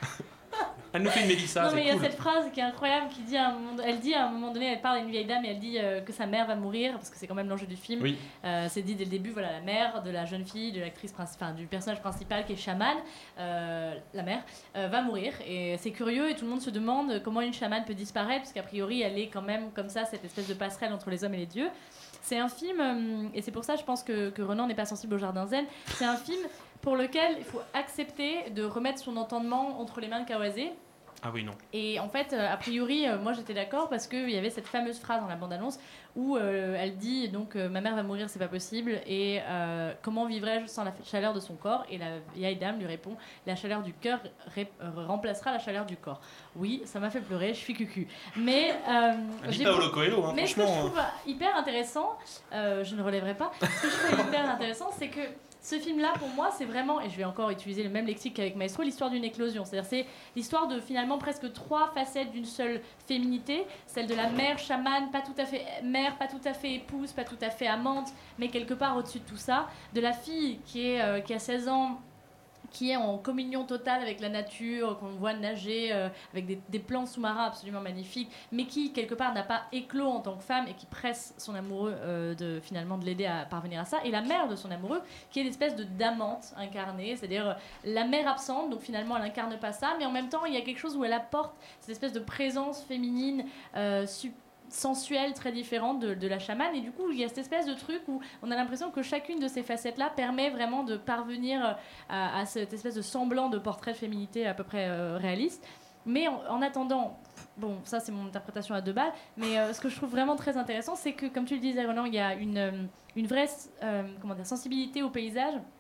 Elle nous fait une Mélissa, non, c'est mais il y a cool. cette phrase qui est incroyable, qui dit à un moment, elle dit à un moment donné, elle parle à une vieille dame et elle dit euh, que sa mère va mourir, parce que c'est quand même l'enjeu du film. Oui. Euh, c'est dit dès le début, voilà, la mère de la jeune fille, de l'actrice principale, du personnage principal qui est chamane, euh, la mère, euh, va mourir. Et c'est curieux et tout le monde se demande comment une chamane peut disparaître, parce qu'a priori elle est quand même comme ça, cette espèce de passerelle entre les hommes et les dieux. C'est un film, euh, et c'est pour ça je pense que, que Renan n'est pas sensible au jardin zen, c'est un film pour lequel il faut accepter de remettre son entendement entre les mains de Kawase. Ah oui, non. Et en fait, euh, a priori, euh, moi j'étais d'accord parce qu'il y avait cette fameuse phrase dans la bande-annonce où euh, elle dit donc euh, ma mère va mourir, c'est pas possible, et euh, comment vivrais-je sans la chaleur de son corps? Et la vieille dame lui répond la chaleur du cœur ré- euh, remplacera la chaleur du corps. Oui, ça m'a fait pleurer, je suis cucu. Mais euh, Elle dit j'ai... Paolo Coelho, hein, Mais ce que je franchement. trouve hyper intéressant, euh, je ne relèverai pas, ce que je trouve hyper intéressant, c'est que ce film-là, pour moi, c'est vraiment, et je vais encore utiliser le même lexique qu'avec Maestro, l'histoire d'une éclosion. C'est-à-dire, c'est l'histoire de finalement presque trois facettes d'une seule féminité. Celle de la mère chamane, pas tout à fait mère, pas tout à fait épouse, pas tout à fait amante, mais quelque part au-dessus de tout ça. De la fille qui, est, euh, qui a seize ans, qui est en communion totale avec la nature, qu'on voit nager euh, avec des, des plans sous-marins absolument magnifiques, mais qui, quelque part, n'a pas éclos en tant que femme et qui presse son amoureux euh, de, finalement, de l'aider à parvenir à ça. Et la mère de son amoureux, qui est l'espèce de d'amante incarnée, c'est-à-dire euh, la mère absente, donc finalement, elle n'incarne pas ça, mais en même temps, il y a quelque chose où elle apporte cette espèce de présence féminine euh, super sensuelle très différente de, de la chamane, et du coup il y a cette espèce de truc où on a l'impression que chacune de ces facettes là permet vraiment de parvenir à, à cette espèce de semblant de portrait de féminité à peu près euh, réaliste. Mais en, en attendant, bon, ça c'est mon interprétation à deux balles, mais euh, ce que je trouve vraiment très intéressant, c'est que, comme tu le disais Roland, il y a une, une vraie euh, comment dire, sensibilité au paysage.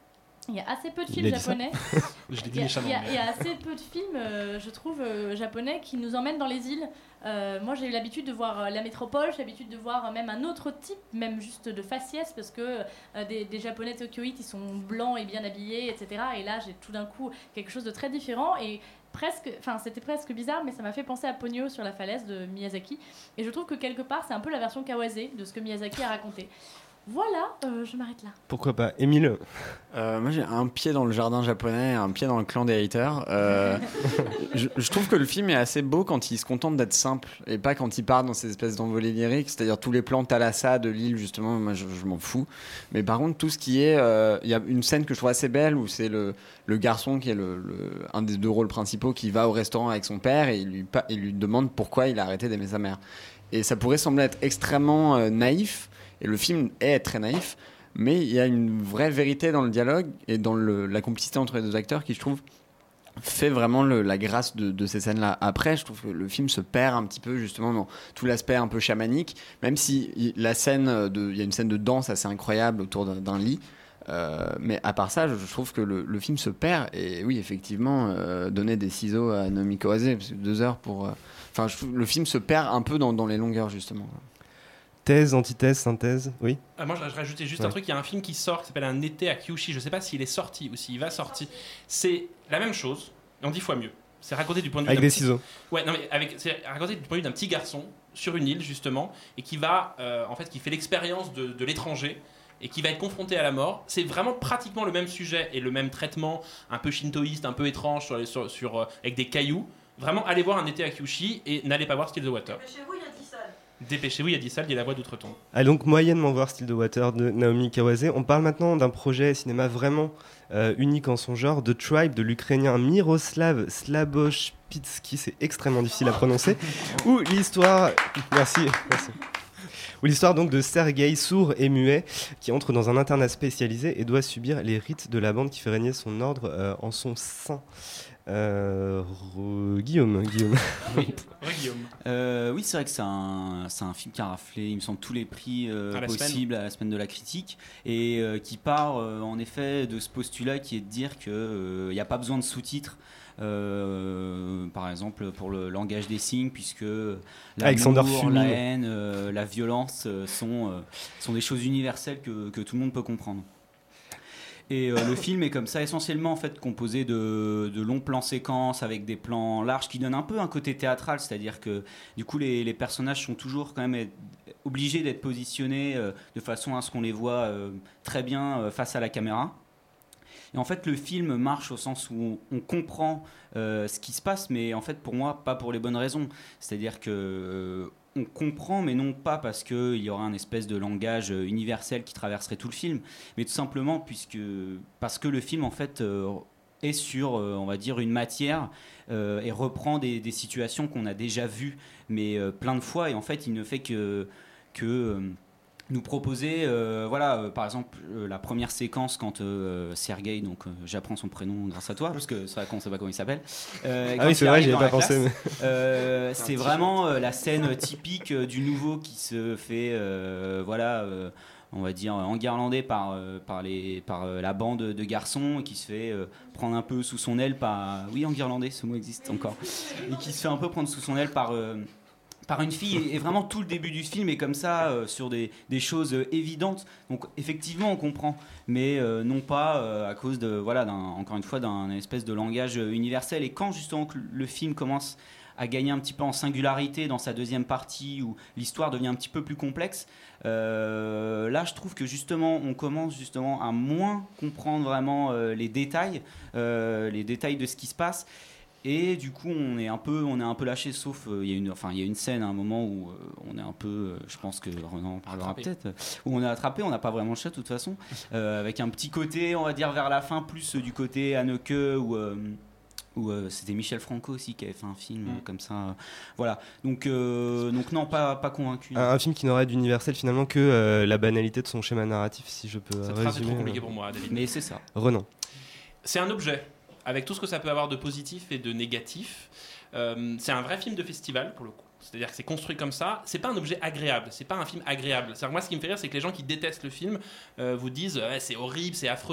Il y a assez peu de films Il a dit japonais. Je l'ai Il dit y, a, méchamment. il, y a, mais- il y a assez peu de films, euh, je trouve, euh, japonais qui nous emmènent dans les îles. Euh, moi, j'ai eu l'habitude de voir euh, la métropole, j'ai l'habitude de voir euh, même un autre type, même juste de faciès, parce que euh, des, des japonais tokyoïtes, ils sont blancs et bien habillés, et cetera. Et là, j'ai tout d'un coup quelque chose de très différent. Et presque, enfin, c'était presque bizarre, mais ça m'a fait penser à Ponyo sur la falaise de Miyazaki. Et je trouve que quelque part, c'est un peu la version Kawase de ce que Miyazaki a raconté. Voilà, euh, je m'arrête là. Pourquoi pas, Émile? Euh, moi j'ai un pied dans le jardin japonais, un pied dans le clan des haters. Euh, je, je trouve que le film est assez beau quand il se contente d'être simple et pas quand il part dans ces espèces d'envolées lyriques, c'est-à-dire tous les plans Thalassa de l'île justement, moi je, je m'en fous. Mais par contre tout ce qui est, il euh, y a une scène que je trouve assez belle où c'est le, le garçon qui est le, le, un des deux rôles principaux qui va au restaurant avec son père et il lui, il lui demande pourquoi il a arrêté d'aimer sa mère. Et ça pourrait sembler être extrêmement euh, naïf. Et le film est très naïf, mais il y a une vraie vérité dans le dialogue et dans le, la complicité entre les deux acteurs qui, je trouve, fait vraiment le, la grâce de, de ces scènes-là. Après, je trouve que le film se perd un petit peu justement dans tout l'aspect un peu chamanique, même si il, la scène de, il y a une scène de danse assez incroyable autour d'un, d'un lit. Euh, mais à part ça, je, je trouve que le, le film se perd. Et oui, effectivement, euh, donner des ciseaux à Naomi Kawase, parce que deux heures pour... Enfin, euh, le film se perd un peu dans, dans les longueurs, justement. Thèse, antithèse, synthèse, oui. Ah, moi, je, je rajoutais juste ouais. un truc. Il y a un film qui sort qui s'appelle Un été à Kyushu. Je sais pas s'il est sorti ou s'il va sortir. C'est la même chose, en dix fois mieux. C'est raconté du point de vue avec d'un des petit... ciseaux. Ouais, non mais avec c'est raconté du point de vue d'un petit garçon sur une île justement et qui va euh, en fait qui fait l'expérience de, de l'étranger et qui va être confronté à la mort. C'est vraiment pratiquement le même sujet et le même traitement un peu shintoïste, un peu étrange sur, les, sur, sur euh, avec des cailloux. Vraiment, allez voir Un été à Kyushu et n'allez pas voir Still the Water. Dépêchez-vous, il y a dix salles. Dépêchez-vous, il y a dix salles, il y a la voix d'outre-tombe. Allez donc moyennement voir Still the Water de Naomi Kawase. On parle maintenant d'un projet cinéma vraiment euh, unique en son genre, The Tribe de l'Ukrainien Miroslav Slaboshpitsky, c'est extrêmement difficile à prononcer, où l'histoire... Merci, merci. Où l'histoire donc de Sergueï, sourd et muet, qui entre dans un internat spécialisé et doit subir les rites de la bande qui fait régner son ordre euh, en son sein. Euh, re... Guillaume, Guillaume. Oui, ouais, Guillaume. Euh, oui, c'est vrai que c'est un, c'est un film qui a raflé, il me semble, tous les prix euh, à possibles à la semaine de la critique et euh, qui part euh, en effet de ce postulat qui est de dire qu'il n'y euh, a pas besoin de sous-titres. Euh, par exemple pour le langage des signes, puisque l'amour, la haine, euh, la violence euh, sont, euh, sont des choses universelles que, que tout le monde peut comprendre. Et euh, le film est comme ça essentiellement en fait composé de, de longs plans séquences avec des plans larges qui donnent un peu un côté théâtral, c'est-à-dire que du coup les, les personnages sont toujours quand même obligés d'être positionnés euh, de façon à ce qu'on les voit euh, très bien euh, face à la caméra. Et en fait, le film marche au sens où on, on comprend euh, ce qui se passe, mais en fait, pour moi, pas pour les bonnes raisons. C'est-à-dire que euh, on comprend, mais non pas parce qu'il y aura un espèce de langage universel qui traverserait tout le film, mais tout simplement puisque, parce que le film, en fait, euh, est sur, euh, on va dire, une matière euh, et reprend des, des situations qu'on a déjà vues, mais euh, plein de fois, et en fait, il ne fait que... que euh, nous proposer, euh, voilà, euh, par exemple, euh, la première séquence quand euh, Sergueï, donc euh, j'apprends son prénom grâce à toi, parce que c'est vrai qu'on ne sait pas comment il s'appelle. Euh, ah oui, c'est vrai, j'y avais pas pensé. Classe, mais... euh, c'est vraiment euh, la scène typique euh, du nouveau qui se fait, euh, voilà, euh, on va dire, enguirlandé par, euh, par, les, par euh, la bande de garçons, qui se fait euh, prendre un peu sous son aile par... Oui, enguirlandé, ce mot existe encore. Et qui se fait un peu prendre sous son aile par... Euh, par une fille, et vraiment tout le début du film est comme ça, euh, sur des, des choses euh, évidentes. Donc effectivement on comprend, mais euh, non pas euh, à cause de, voilà, d'un, encore une fois, d'un espèce de langage euh, universel. Et quand justement le film commence à gagner un petit peu en singularité dans sa deuxième partie, où l'histoire devient un petit peu plus complexe, euh, là je trouve que justement on commence justement à moins comprendre vraiment euh, les détails, euh, les détails de ce qui se passe. Et du coup, on est un peu, on est un peu lâché, sauf il euh, y a une, enfin il y a une scène à un moment où euh, on est un peu, euh, je pense que Renan en parlera attrapé. peut-être, où on est attrapé, on n'a pas vraiment le chat de toute façon, euh, avec un petit côté, on va dire vers la fin, plus euh, du côté Haneke où, euh, où euh, c'était Michel Franco aussi qui avait fait un film mm. euh, comme ça, euh, voilà. Donc, euh, donc non, pas, pas convaincu. Un, un film qui n'aurait d'universel finalement que euh, la banalité de son schéma narratif, si je peux Cette résumer. phrase est trop compliquée pour moi, David. Mais c'est ça. Renan. C'est un objet. Avec tout ce que ça peut avoir de positif et de négatif. Euh, c'est un vrai film de festival, pour le coup. C'est-à-dire que c'est construit comme ça. C'est pas un objet agréable, c'est pas un film agréable. C'est-à-dire, moi, ce qui me fait rire, c'est que les gens qui détestent le film euh, vous disent eh, c'est horrible, c'est affreux.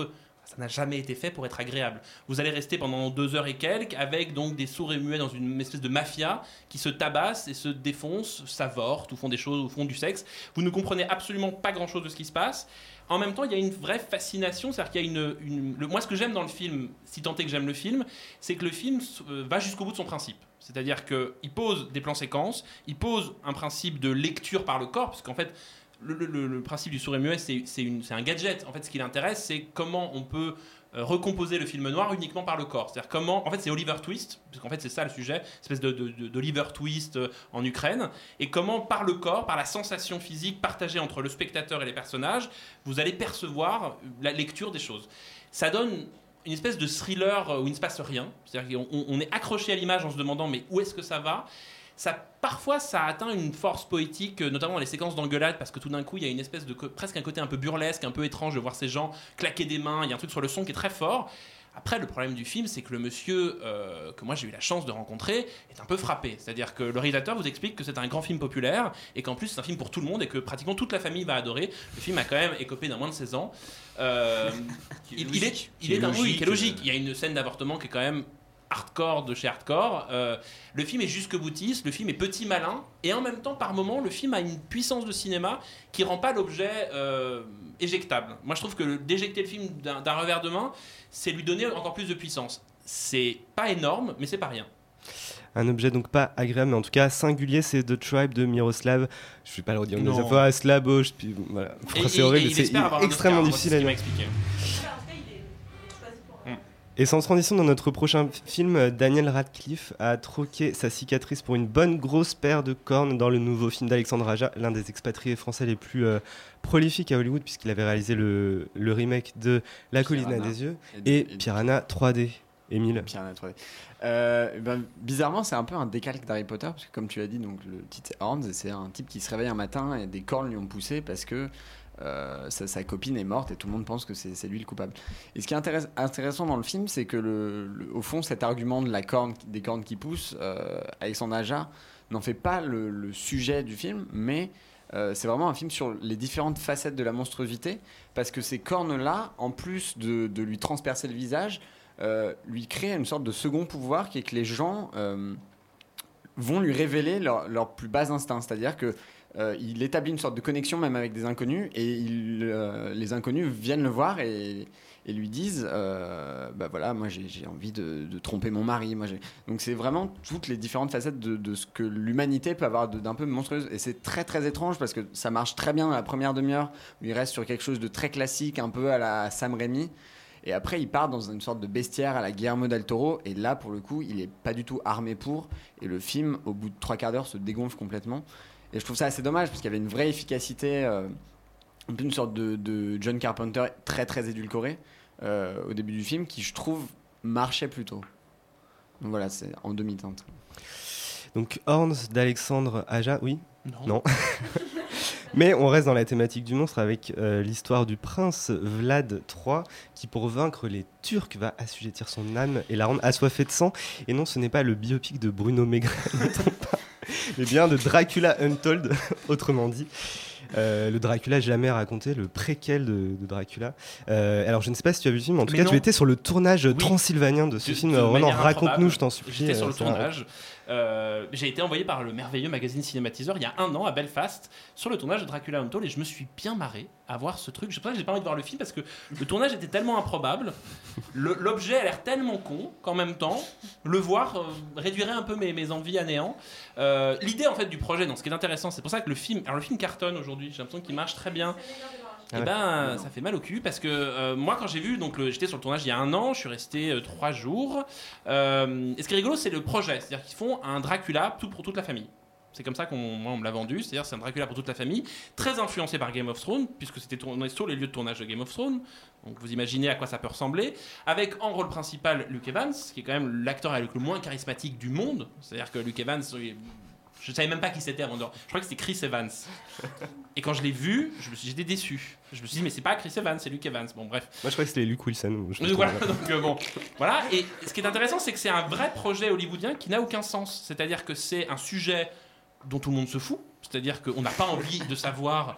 ça n'a jamais été fait pour être agréable. Vous allez rester pendant deux heures et quelques avec donc des sourds et muets dans une espèce de mafia qui se tabassent et se défoncent, s'avortent ou font des choses, ou font du sexe. Vous ne comprenez absolument pas grand-chose de ce qui se passe. En même temps, il y a une vraie fascination, c'est-à-dire qu'il y a une, une le, moi, ce que j'aime dans le film, si tant est que j'aime le film, c'est que le film euh, va jusqu'au bout de son principe. C'est-à-dire qu'il pose des plans séquences, il pose un principe de lecture par le corps, parce qu'en fait, Le, le, le principe du sourd et muet, c'est, c'est, une, c'est un gadget. En fait, ce qui l'intéresse, c'est comment on peut euh, recomposer le film noir uniquement par le corps. C'est-à-dire comment... En fait, c'est Oliver Twist, parce qu'en fait, c'est ça le sujet, une espèce de, de, de, d'Oliver Twist euh, en Ukraine. Et comment, par le corps, par la sensation physique partagée entre le spectateur et les personnages, vous allez percevoir la lecture des choses. Ça donne une espèce de thriller où il ne se passe rien. C'est-à-dire qu'on on est accroché à l'image en se demandant mais où est-ce que ça va ? Ça, parfois, ça atteint une force poétique, notamment dans les séquences d'engueulade, parce que tout d'un coup, il y a une espèce de presque un côté un peu burlesque, un peu étrange de voir ces gens claquer des mains. Il y a un truc sur le son qui est très fort. Après, le problème du film, c'est que le monsieur euh, que moi j'ai eu la chance de rencontrer est un peu frappé. C'est-à-dire que le réalisateur vous explique que c'est un grand film populaire et qu'en plus c'est un film pour tout le monde et que pratiquement toute la famille va adorer. Le film a quand même écopé d'un moins de seize ans. Euh, il, il est, il est, est un oui, qui est logique. Il y a une scène d'avortement qui est quand même hardcore de chez hardcore. Euh, le film est jusque boutiste, le film est petit malin, et en même temps, par moments, le film a une puissance de cinéma qui rend pas l'objet euh, éjectable. Moi, je trouve que le, d'éjecter le film d'un, d'un revers de main, c'est lui donner encore plus de puissance. C'est pas énorme, mais c'est pas rien. Un objet donc pas agréable, mais en tout cas singulier, c'est The Tribe de Miroslav. Je vais pas le redire une deuxième fois, Slabosh, puis voilà. Et, c'est horrible, et, et c'est extrêmement difficile à dire. Et sans transition, dans notre prochain film, Daniel Radcliffe a troqué sa cicatrice pour une bonne grosse paire de cornes dans le nouveau film d'Alexandre Aja, l'un des expatriés français les plus euh, prolifiques à Hollywood, puisqu'il avait réalisé le, le remake de La Colline à des yeux et, et, et Piranha trois D. Émile. Piranha trois D. Euh, ben, bizarrement, c'est un peu un décalque d'Harry Potter, parce que comme tu l'as dit, donc, le titre est Horns, et c'est un type qui se réveille un matin et des cornes lui ont poussé parce que Euh, sa, sa copine est morte et tout le monde pense que c'est, c'est lui le coupable. Et ce qui est intéress- intéressant dans le film, c'est que le, le, au fond, cet argument de la corne, des cornes qui poussent, euh, Alexandre Aja n'en fait pas le, le sujet du film, mais euh, c'est vraiment un film sur les différentes facettes de la monstruosité, parce que ces cornes-là, en plus de, de lui transpercer le visage, euh, lui créent une sorte de second pouvoir qui est que les gens euh, vont lui révéler leurs leur plus bas instincts, c'est-à-dire que Euh, il établit une sorte de connexion même avec des inconnus et il, euh, les inconnus viennent le voir et, et lui disent euh, bah voilà, moi j'ai, j'ai envie de, de tromper mon mari, moi j'ai... donc c'est vraiment toutes les différentes facettes de, de ce que l'humanité peut avoir de, d'un peu monstrueuse, et c'est très très étrange parce que ça marche très bien dans la première demi-heure où il reste sur quelque chose de très classique, un peu à la Sam Raimi, et après il part dans une sorte de bestiaire à la Guillermo del Toro, et là pour le coup il est pas du tout armé pour, et le film au bout de trois quarts d'heure se dégonfle complètement. Et je trouve ça assez dommage parce qu'il y avait une vraie efficacité, euh, un peu une sorte de, de John Carpenter très très édulcoré euh, au début du film, qui je trouve marchait plutôt. Donc voilà, c'est en demi-teinte. Donc Horns d'Alexandre Aja, oui ? Non. Non. Mais on reste dans la thématique du monstre avec euh, l'histoire du prince Vlad trois qui, pour vaincre les Turcs, va assujettir son âme et la rendre assoiffée de sang. Et non, ce n'est pas le biopic de Bruno Maigret, mais bien de Dracula Untold, autrement dit. Euh, le Dracula jamais raconté, le préquel de, de Dracula. Euh, alors je ne sais pas si tu as vu le film, en tout mais cas non. Tu étais sur le tournage oui. transylvanien de ce de, film. De Ronan, raconte-nous, je t'en supplie. J'étais sur euh, le tournage. Euh, j'ai été envoyé par le merveilleux magazine Cinématiseur il y a un an à Belfast sur le tournage de Dracula Untold, et je me suis bien marré à voir ce truc. Je sais pas, j'ai pas envie de voir le film parce que le tournage était tellement improbable, le, l'objet a l'air tellement con qu'en même temps le voir euh, réduirait un peu mes, mes envies à néant. Euh, l'idée en fait du projet, donc ce qui est intéressant, c'est pour ça que le film, alors le film cartonne aujourd'hui. J'ai l'impression qu'il marche très bien. Et eh ben, ça fait mal au cul parce que euh, moi, quand j'ai vu, donc le, j'étais sur le tournage il y a un an, je suis resté euh, trois jours. Euh, et ce qui est rigolo, c'est le projet, c'est-à-dire qu'ils font un Dracula tout pour toute la famille. C'est comme ça qu'on moi, on me l'a vendu, c'est-à-dire c'est un Dracula pour toute la famille, très influencé par Game of Thrones, puisque c'était tourné sur les lieux de tournage de Game of Thrones. Donc vous imaginez à quoi ça peut ressembler. Avec en rôle principal Luke Evans, qui est quand même l'acteur avec le moins charismatique du monde. C'est-à-dire que Luke Evans, je savais même pas qui c'était avant de... Je crois que c'était Chris Evans. Et quand je l'ai vu, je me suis... j'étais déçu. Je me suis dit, mais c'est pas Chris Evans, c'est Luke Evans. Bon, bref. Moi, je crois que c'était Luke Wilson. Je voilà, donc euh, bon. Voilà. Et ce qui est intéressant, c'est que c'est un vrai projet hollywoodien qui n'a aucun sens. C'est-à-dire que c'est un sujet dont tout le monde se fout. C'est-à-dire qu'on n'a pas envie de savoir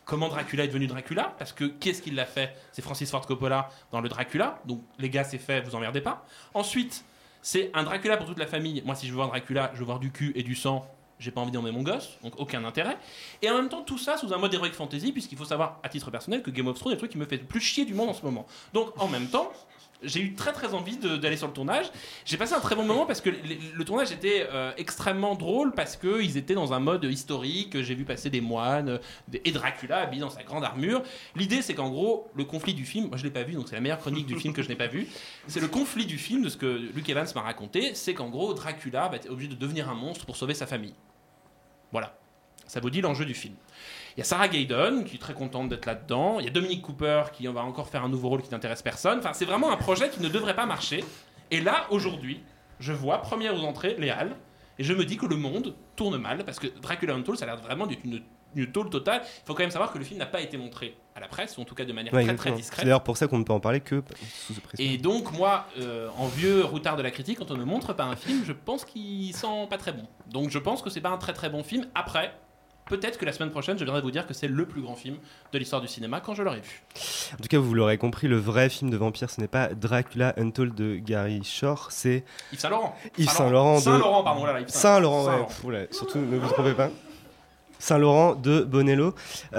comment Dracula est devenu Dracula, parce que qu'est-ce qu'il l'a fait ? C'est Francis Ford Coppola dans le Dracula, donc les gars, c'est fait, vous emmerdez pas. Ensuite, c'est un Dracula pour toute la famille. Moi, si je veux voir Dracula, je veux voir du cul et du sang. J'ai pas envie d'emmener mon gosse, donc aucun intérêt. Et en même temps, tout ça sous un mode heroic fantasy, puisqu'il faut savoir, à titre personnel, que Game of Thrones est le truc qui me fait le plus chier du monde en ce moment. Donc, en même temps, j'ai eu très très envie de, d'aller sur le tournage. J'ai passé un très bon moment parce que le, le tournage était euh, extrêmement drôle parce qu'ils étaient dans un mode historique. J'ai vu passer des moines et Dracula habillé dans sa grande armure. L'idée, c'est qu'en gros, le conflit du film, moi je l'ai pas vu, donc c'est la meilleure chronique du film que je n'ai pas vu. C'est le conflit du film, de ce que Luke Evans m'a raconté, c'est qu'en gros, Dracula bah, est obligé de devenir un monstre pour sauver sa famille. Voilà, ça vous dit l'enjeu du film. Il y a Sarah Gaydon qui est très contente d'être là-dedans. Il y a Dominic Cooper qui va encore faire un nouveau rôle qui n'intéresse personne. Enfin, c'est vraiment un projet qui ne devrait pas marcher. Et là, aujourd'hui, je vois, première aux entrées, les Halles, et je me dis que le monde tourne mal parce que Dracula Untold, ça a l'air vraiment d'être une, une tôle totale. Il faut quand même savoir que le film n'a pas été montré à la presse, ou en tout cas de manière ouais, très très discrète. C'est d'ailleurs pour ça qu'on ne peut en parler que sous ce pression. Et donc, moi, euh, en vieux routard de la critique, quand on ne montre pas un film, je pense qu'il sent pas très bon. Donc, je pense que c'est pas un très très bon film. Après, peut-être que la semaine prochaine, je viendrai vous dire que c'est le plus grand film de l'histoire du cinéma quand je l'aurai vu. En tout cas, vous l'aurez compris, le vrai film de vampire, ce n'est pas Dracula Untold de Gary Shore, c'est Yves Saint Laurent. Yves Saint Laurent de Saint Laurent, pardon, là, Yves Saint Laurent, ouais, pff, ouais, surtout ne vous trompez pas. Saint Laurent de Bonello.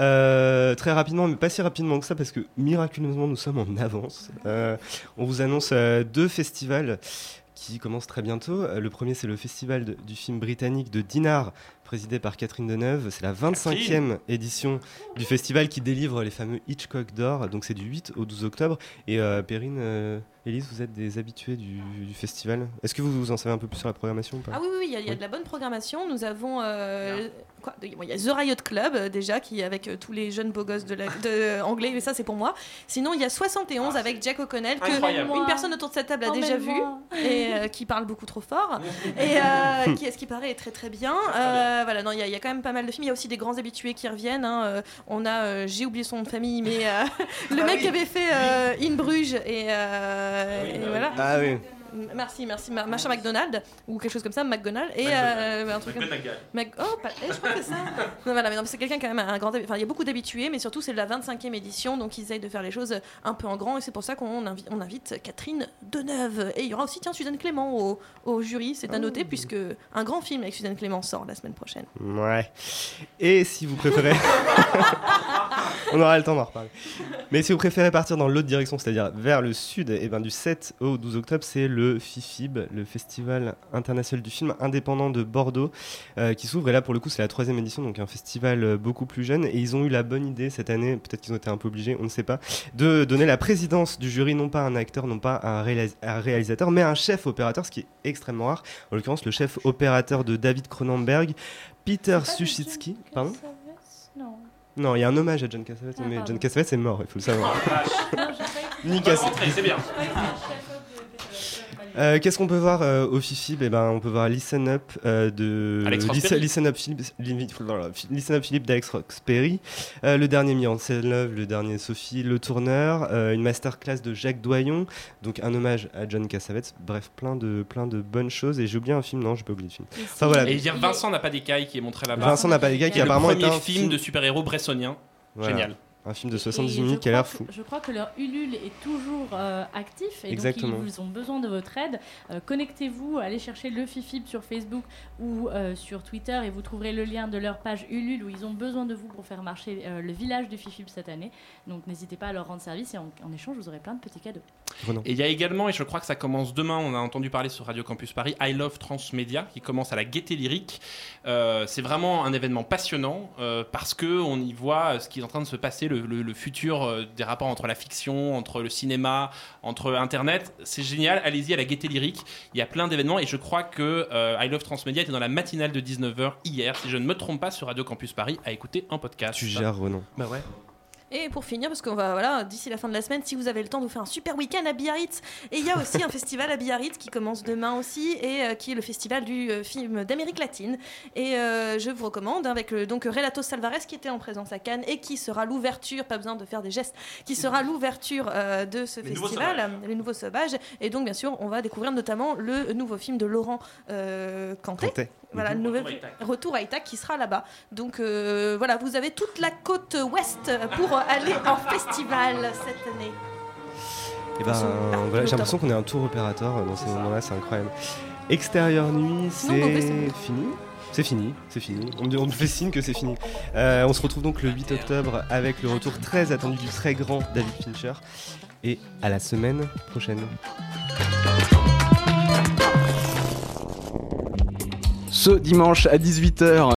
Euh, très rapidement, mais pas si rapidement que ça, parce que miraculeusement, nous sommes en avance. Euh, on vous annonce euh, deux festivals qui commencent très bientôt. Le premier, c'est le festival de, du film britannique de Dinard, présidé par Catherine Deneuve. C'est la vingt-cinquième édition du festival qui délivre les fameux Hitchcock d'or. Donc c'est du huit au douze octobre. Et euh, Perrine, euh, Élise, vous êtes des habitués du, du festival. Est-ce que vous, vous en savez un peu plus sur la programmation ou pas ? Ah oui, oui, il oui, y, y a de la bonne programmation. Nous avons... Euh, quoi, il y a The Riot Club, euh, déjà, qui avec euh, tous les jeunes beaux gosses de, la, de euh, anglais, mais ça, c'est pour moi. Sinon, il y a soixante et onze ah, avec Jack O'Connell, que une personne autour de cette table a déjà vu, et euh, qui parle beaucoup trop fort, et euh, qui, à ce qui paraît, est très très bien. Euh, voilà, non, il y, y a quand même pas mal de films. Il y a aussi des grands habitués qui reviennent. Hein. Euh, on a, euh, j'ai oublié son nom de famille, mais euh, le mec qui avait fait euh, In Bruges, et, euh, oui, et bah voilà. Ah oui. Merci, merci, ma, machin McDonald ou quelque chose comme ça, McDonald et euh, un truc comme Mac... oh, pas... eh, je crois que c'est ça. Non, voilà, mais non, c'est quelqu'un quand même un grand. Enfin, il y a beaucoup d'habitués, mais surtout c'est la vingt-cinquième édition, donc ils essayent de faire les choses un peu en grand, et c'est pour ça qu'on invite, on invite Catherine Deneuve. Et il y aura aussi tiens Suzanne Clément au, au jury, c'est à noter, oh. puisque un grand film avec Suzanne Clément sort la semaine prochaine. Ouais. Et si vous préférez, on aura le temps d'en reparler. Mais si vous préférez partir dans l'autre direction, c'est-à-dire vers le sud, et ben du sept au douze octobre, c'est le le FIFIB, le Festival international du film indépendant de Bordeaux, euh, qui s'ouvre. Et là, pour le coup, c'est la troisième édition, donc un festival beaucoup plus jeune. Et ils ont eu la bonne idée cette année, peut-être qu'ils ont été un peu obligés, on ne sait pas, de donner la présidence du jury, non pas à un acteur, non pas à un, réalis- à un réalisateur, mais à un chef opérateur, ce qui est extrêmement rare. En l'occurrence, le chef opérateur de David Cronenberg, Peter Suchitsky. Pardon ? Non. Non, il y a un hommage à John Cassavetes, ah, mais pardon. John Cassavetes est mort, il faut le savoir. Non, Ni Cassavetes, c'est bien. Euh, qu'est-ce qu'on peut voir euh, au FIFIB ? Eh ben, on peut voir Listen Up euh, de Listen, Listen Up Philippe, Listen Up Philippe d'Alex Roxperry, euh, le dernier mis en scène l'œuvre, le dernier Sophie Le Tourneur, euh, une masterclass de Jacques Doyon, donc un hommage à John Cassavetes. Bref, plein de plein de bonnes choses. Et j'ai oublié un film, non, j'ai pas oublié le film. Enfin, voilà. Et dire Vincent n'a pas d'écailles qui est montré là-bas. Vincent n'a pas d'écailles qui apparemment est un premier film de super-héros bressonien. Voilà. Génial. Un film de soixante-dix minutes qui a l'air fou. Je crois que leur Ulule est toujours euh, actif et Exactement. donc ils ont besoin de votre aide. Euh, connectez-vous, allez chercher le FIFIB sur Facebook ou euh, sur Twitter et vous trouverez le lien de leur page Ulule où ils ont besoin de vous pour faire marcher euh, le village du FIFIB cette année. Donc n'hésitez pas à leur rendre service et en, en échange vous aurez plein de petits cadeaux. Et il y a également, et je crois que ça commence demain, on a entendu parler sur Radio Campus Paris, I Love Transmédia qui commence à la Gaîté Lyrique. Euh, c'est vraiment un événement passionnant euh, parce qu'on y voit ce qui est en train de se passer, le, le, le futur euh, des rapports entre la fiction, entre le cinéma, entre Internet. C'est génial, allez-y à la Gaîté Lyrique. Il y a plein d'événements et je crois que euh, I Love Transmédia était dans la matinale de dix-neuf heures hier, si je ne me trompe pas, sur Radio Campus Paris, à écouter en podcast. Tu gères, Renan. Bah ouais. Et pour finir, parce qu'on va, voilà, d'ici la fin de la semaine, si vous avez le temps de vous faire un super week-end à Biarritz, et il y a aussi un festival à Biarritz qui commence demain aussi, et euh, qui est le festival du euh, film d'Amérique latine. Et euh, je vous recommande, avec le, donc Relatos Salvarez qui était en présence à Cannes et qui sera l'ouverture, pas besoin de faire des gestes, qui sera l'ouverture euh, de ce Les festival, Nouveaux Les Nouveaux Sauvages. Et donc, bien sûr, on va découvrir notamment le nouveau film de Laurent euh, Cantet. Cantet. Voilà, le nouvel Retour à Itac qui sera là-bas. Donc euh, voilà, vous avez toute la côte ouest pour aller en festival cette année. Et ben, voilà, j'ai l'impression qu'on est un tour opérateur dans ces moments-là, c'est incroyable. Extérieur nuit, c'est fini. C'est fini, c'est fini. On me, on me fait signe que c'est fini. Euh, on se retrouve donc le huit octobre avec le retour très attendu du très grand David Fincher. Et à la semaine prochaine. Ce dimanche à dix-huit heures,